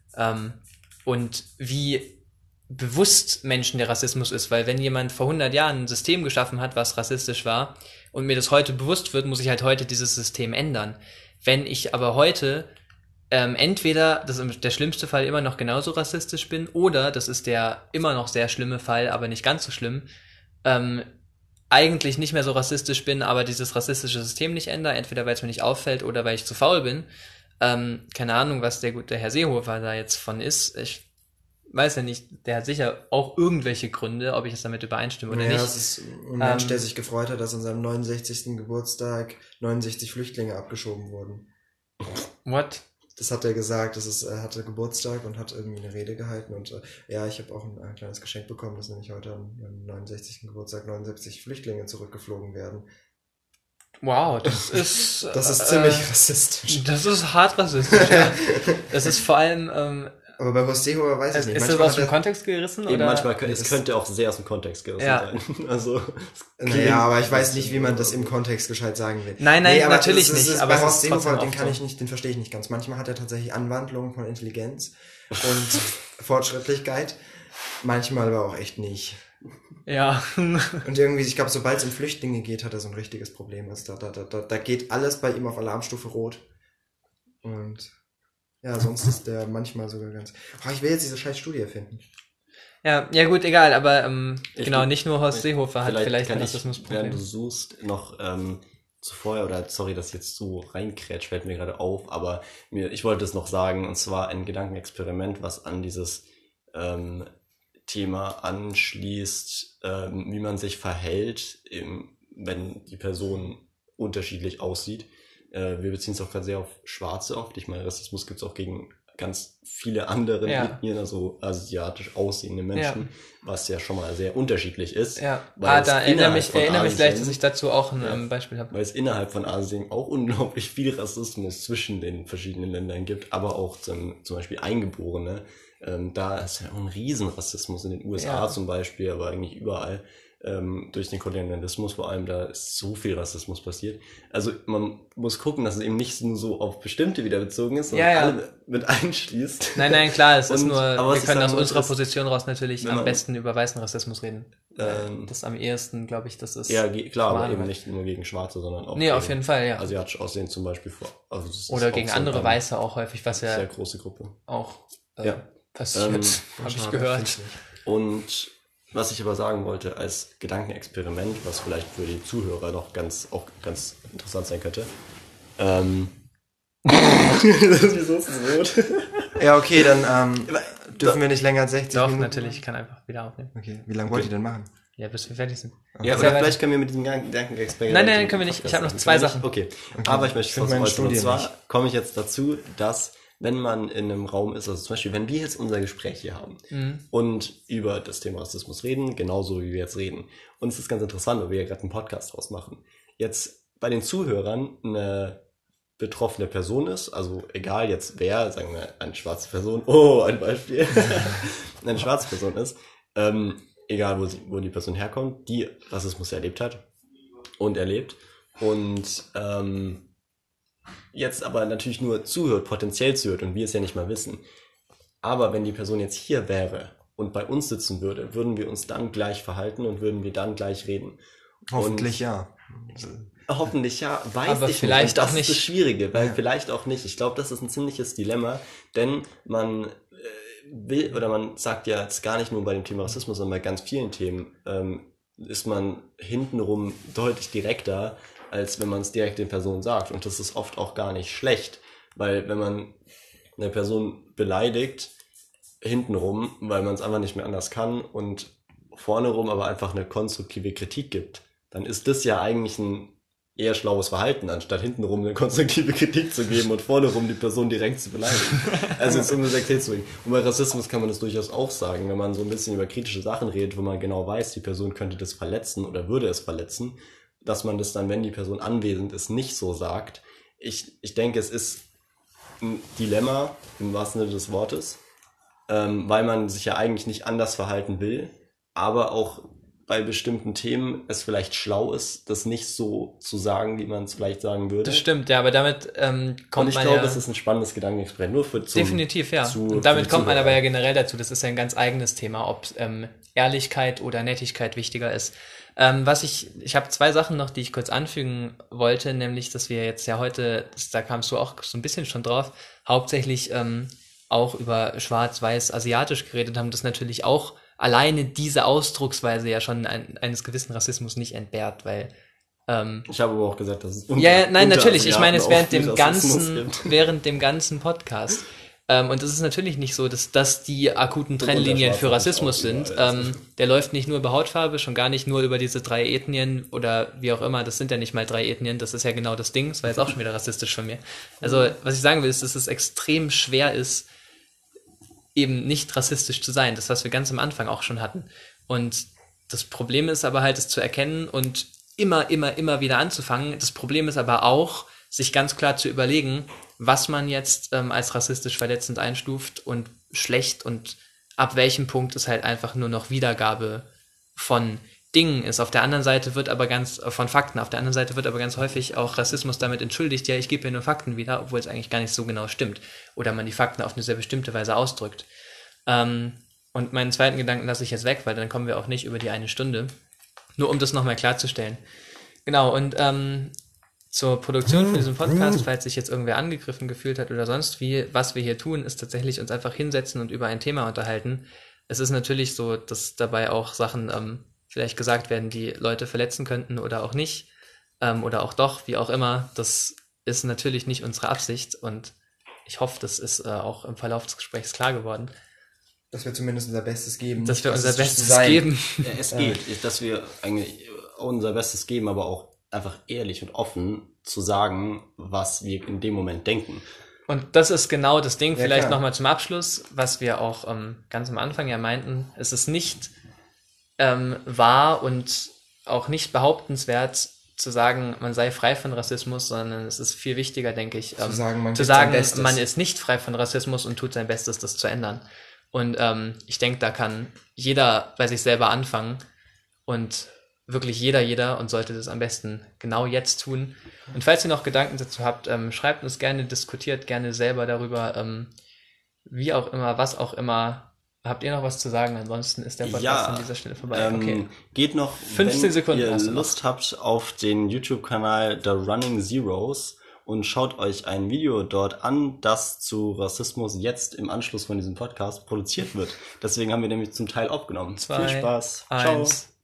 Und wie bewusst Menschen der Rassismus ist, weil wenn jemand vor 100 Jahren ein System geschaffen hat, was rassistisch war, und mir das heute bewusst wird, muss ich halt heute dieses System ändern. Wenn ich aber heute entweder, das ist der schlimmste Fall, immer noch genauso rassistisch bin, oder, das ist der immer noch sehr schlimme Fall, aber nicht ganz so schlimm, eigentlich nicht mehr so rassistisch bin, aber dieses rassistische System nicht ändere, entweder weil es mir nicht auffällt oder weil ich zu faul bin. Keine Ahnung, was der gute Herr Seehofer da jetzt von ist. Ich weiß ja nicht, der hat sicher auch irgendwelche Gründe, ob ich es damit übereinstimme oder nicht. Ja, es ist ein Mensch, der sich gefreut hat, dass an seinem 69. Geburtstag 69 Flüchtlinge abgeschoben wurden. What? Das hat er gesagt, er hatte Geburtstag und hat irgendwie eine Rede gehalten und ja, ich habe auch ein kleines Geschenk bekommen, dass nämlich heute am 69. Geburtstag 79 Flüchtlinge zurückgeflogen werden. Wow, das ist ziemlich rassistisch. Das ist hart rassistisch, ja. Das ist vor allem aber bei Horst Seehofer weiß ich nicht. Ist das aus dem Kontext gerissen? Eben, oder? Manchmal könnte auch sehr aus dem Kontext gerissen sein. Also, naja, aber ich weiß nicht, wie man das im Kontext gescheit sagen will. Nein, aber natürlich nicht. Aber bei Horst Seehofer, den verstehe ich nicht ganz. Manchmal hat er tatsächlich Anwandlungen von Intelligenz und Fortschrittlichkeit. Manchmal aber auch echt nicht. Ja. Und irgendwie, ich glaube, sobald es um Flüchtlinge geht, hat er so ein richtiges Problem. Also da geht alles bei ihm auf Alarmstufe Rot. Und ja, sonst ist der manchmal sogar ganz... ich will jetzt diese scheiß Studie finden. Ja, gut, egal, aber genau, nicht nur Horst Seehofer hat vielleicht ein Rassismusproblem. Während du suchst, noch zuvor, oder sorry, dass ich jetzt so reinkrätsch, fällt mir gerade auf, aber ich wollte es noch sagen, und zwar ein Gedankenexperiment, was an dieses Thema anschließt, wie man sich verhält, wenn die Person unterschiedlich aussieht. Wir beziehen es auch gerade sehr auf Schwarze oft. Ich meine, Rassismus gibt es auch gegen ganz viele andere Ethnien, also asiatisch aussehende Menschen, was ja schon mal sehr unterschiedlich ist. Ja, da erinnere mich gleich, dass ich dazu auch ein Beispiel habe. Weil es innerhalb von Asien auch unglaublich viel Rassismus zwischen den verschiedenen Ländern gibt, aber auch zum Beispiel Eingeborene. Da ist ja auch ein Riesenrassismus in den USA zum Beispiel, aber eigentlich überall. durch den Kolonialismus vor allem, da ist so viel Rassismus passiert. Also man muss gucken, dass es eben nicht nur so auf bestimmte wieder bezogen ist, sondern alle mit einschließt. Nein, klar, es ist nur, aber wir können aus unserer Position raus natürlich am besten über weißen Rassismus reden. Das am ehesten, glaube ich, das ist... Ja, klar, aber eben nicht nur gegen Schwarze, sondern auch auf jeden Fall, ja. asiatisch aussehen zum Beispiel. Oder gegen so andere Weiße auch häufig, was ja... Sehr große Gruppe. Auch passiert, habe ich gehört. Und was ich aber sagen wollte, als Gedankenexperiment, was vielleicht für die Zuhörer noch ganz interessant sein könnte. Wieso ist es rot? Ja, okay, dann dürfen wir nicht länger als 60 Minuten. Doch, natürlich, ich kann einfach wieder aufnehmen. Okay, wie lange wollt ihr denn machen? Ja, bis wir fertig sind. Okay. Ja, oder vielleicht können wir mit diesem Gedankenexperiment... Nein, können wir nicht. Ich habe noch 2 Sachen. Okay, aber ich möchte trotzdem äußern. Und zwar komme ich jetzt dazu, dass wenn man in einem Raum ist, also zum Beispiel, wenn wir jetzt unser Gespräch hier haben und über das Thema Rassismus reden, genauso wie wir jetzt reden. Und es ist ganz interessant, weil wir ja gerade einen Podcast draus machen. Jetzt bei den Zuhörern eine betroffene Person ist, also egal jetzt wer, sagen wir eine schwarze Person, ein Beispiel, eine schwarze Person ist, egal wo die Person herkommt, die Rassismus erlebt hat und erlebt und jetzt aber natürlich nur zuhört, potenziell zuhört und wir es ja nicht mal wissen. Aber wenn die Person jetzt hier wäre und bei uns sitzen würde, würden wir uns dann gleich verhalten und würden wir dann gleich reden. Hoffentlich ja. Hoffentlich ja, weiß aber ich vielleicht nicht. Und auch nicht. Das ist das Schwierige, weil vielleicht auch nicht. Ich glaube, das ist ein ziemliches Dilemma, denn man will, oder man sagt ja jetzt gar nicht nur bei dem Thema Rassismus, sondern bei ganz vielen Themen ist man hintenrum deutlich direkter, als wenn man es direkt den Personen sagt. Und das ist oft auch gar nicht schlecht, weil wenn man eine Person beleidigt, hintenrum, weil man es einfach nicht mehr anders kann und vorne rum aber einfach eine konstruktive Kritik gibt, dann ist das ja eigentlich ein eher schlaues Verhalten, anstatt hintenrum eine konstruktive Kritik zu geben und vorne rum die Person direkt zu beleidigen. Also jetzt um das erklärt zu bringen. Und bei Rassismus kann man das durchaus auch sagen, wenn man so ein bisschen über kritische Sachen redet, wo man genau weiß, die Person könnte das verletzen oder würde es verletzen, dass man das dann, wenn die Person anwesend ist, nicht so sagt. Ich denke, es ist ein Dilemma, im wahrsten Sinne des Wortes, weil man sich ja eigentlich nicht anders verhalten will, aber auch bei bestimmten Themen es vielleicht schlau ist, das nicht so zu sagen, wie man es vielleicht sagen würde. Das stimmt, ja, aber damit kommt man ja... Und ich glaube, es ist ein spannendes Gedankenexperiment, nur für definitiv, ja. Und damit kommt man aber ja generell dazu, das ist ja ein ganz eigenes Thema, ob Ehrlichkeit oder Nettigkeit wichtiger ist. Ich habe 2 Sachen noch, die ich kurz anfügen wollte, nämlich, dass wir jetzt ja heute, da kamst du auch so ein bisschen schon drauf, hauptsächlich auch über schwarz-weiß asiatisch geredet haben, das natürlich auch alleine diese Ausdrucksweise ja schon eines gewissen Rassismus nicht entbehrt, weil ich habe aber auch gesagt, dass es nein, natürlich, ich meine es während dem gibt. ganzen Podcast. Und es ist natürlich nicht so, dass das die akuten Trennlinien für Rassismus sind. Der läuft nicht nur über Hautfarbe, schon gar nicht nur über diese 3 Ethnien oder wie auch immer. Das sind ja nicht mal 3 Ethnien, das ist ja genau das Ding. Das war jetzt auch schon wieder rassistisch von mir. Also, was ich sagen will, ist, dass es extrem schwer ist, eben nicht rassistisch zu sein. Das, was wir ganz am Anfang auch schon hatten. Und das Problem ist aber halt, es zu erkennen und immer wieder anzufangen. Das Problem ist aber auch, sich ganz klar zu überlegen, was man jetzt als rassistisch verletzend einstuft und schlecht und ab welchem Punkt es halt einfach nur noch Wiedergabe von Dingen ist. Auf der anderen Seite wird aber von Fakten, auf der anderen Seite wird aber ganz häufig auch Rassismus damit entschuldigt, ja, ich gebe hier nur Fakten wieder, obwohl es eigentlich gar nicht so genau stimmt. Oder man die Fakten auf eine sehr bestimmte Weise ausdrückt. Und meinen zweiten Gedanken lasse ich jetzt weg, weil dann kommen wir auch nicht über die 1 Stunde. Nur um das nochmal klarzustellen. Genau, und zur Produktion für diesen Podcast, falls sich jetzt irgendwer angegriffen gefühlt hat oder sonst wie, was wir hier tun, ist tatsächlich uns einfach hinsetzen und über ein Thema unterhalten. Es ist natürlich so, dass dabei auch Sachen vielleicht gesagt werden, die Leute verletzen könnten oder auch nicht, oder auch doch, wie auch immer. Das ist natürlich nicht unsere Absicht und ich hoffe, das ist auch im Verlauf des Gesprächs klar geworden. Dass wir zumindest unser Bestes geben. Dass wir unser Bestes geben. Ja, es geht, dass wir eigentlich unser Bestes geben, aber auch einfach ehrlich und offen zu sagen, was wir in dem Moment denken. Und das ist genau das Ding, ja, vielleicht nochmal zum Abschluss, was wir auch ganz am Anfang ja meinten. Es ist nicht wahr und auch nicht behauptenswert zu sagen, man sei frei von Rassismus, sondern es ist viel wichtiger, denke ich, zu sagen, man ist nicht frei von Rassismus und tut sein Bestes, das zu ändern. Und ich denke, da kann jeder bei sich selber anfangen und wirklich jeder und sollte das am besten genau jetzt tun. Und falls ihr noch Gedanken dazu habt, schreibt uns gerne, diskutiert gerne selber darüber, wie auch immer, was auch immer. Habt ihr noch was zu sagen? Ansonsten ist der Podcast an dieser Stelle vorbei. Okay. Geht noch, 15 Sekunden wenn hast ihr du noch. Lust habt, auf den YouTube-Kanal The Running Zeros und schaut euch ein Video dort an, das zu Rassismus jetzt im Anschluss von diesem Podcast produziert wird. Deswegen haben wir nämlich zum Teil aufgenommen. 2, Viel Spaß. 1. Ciao.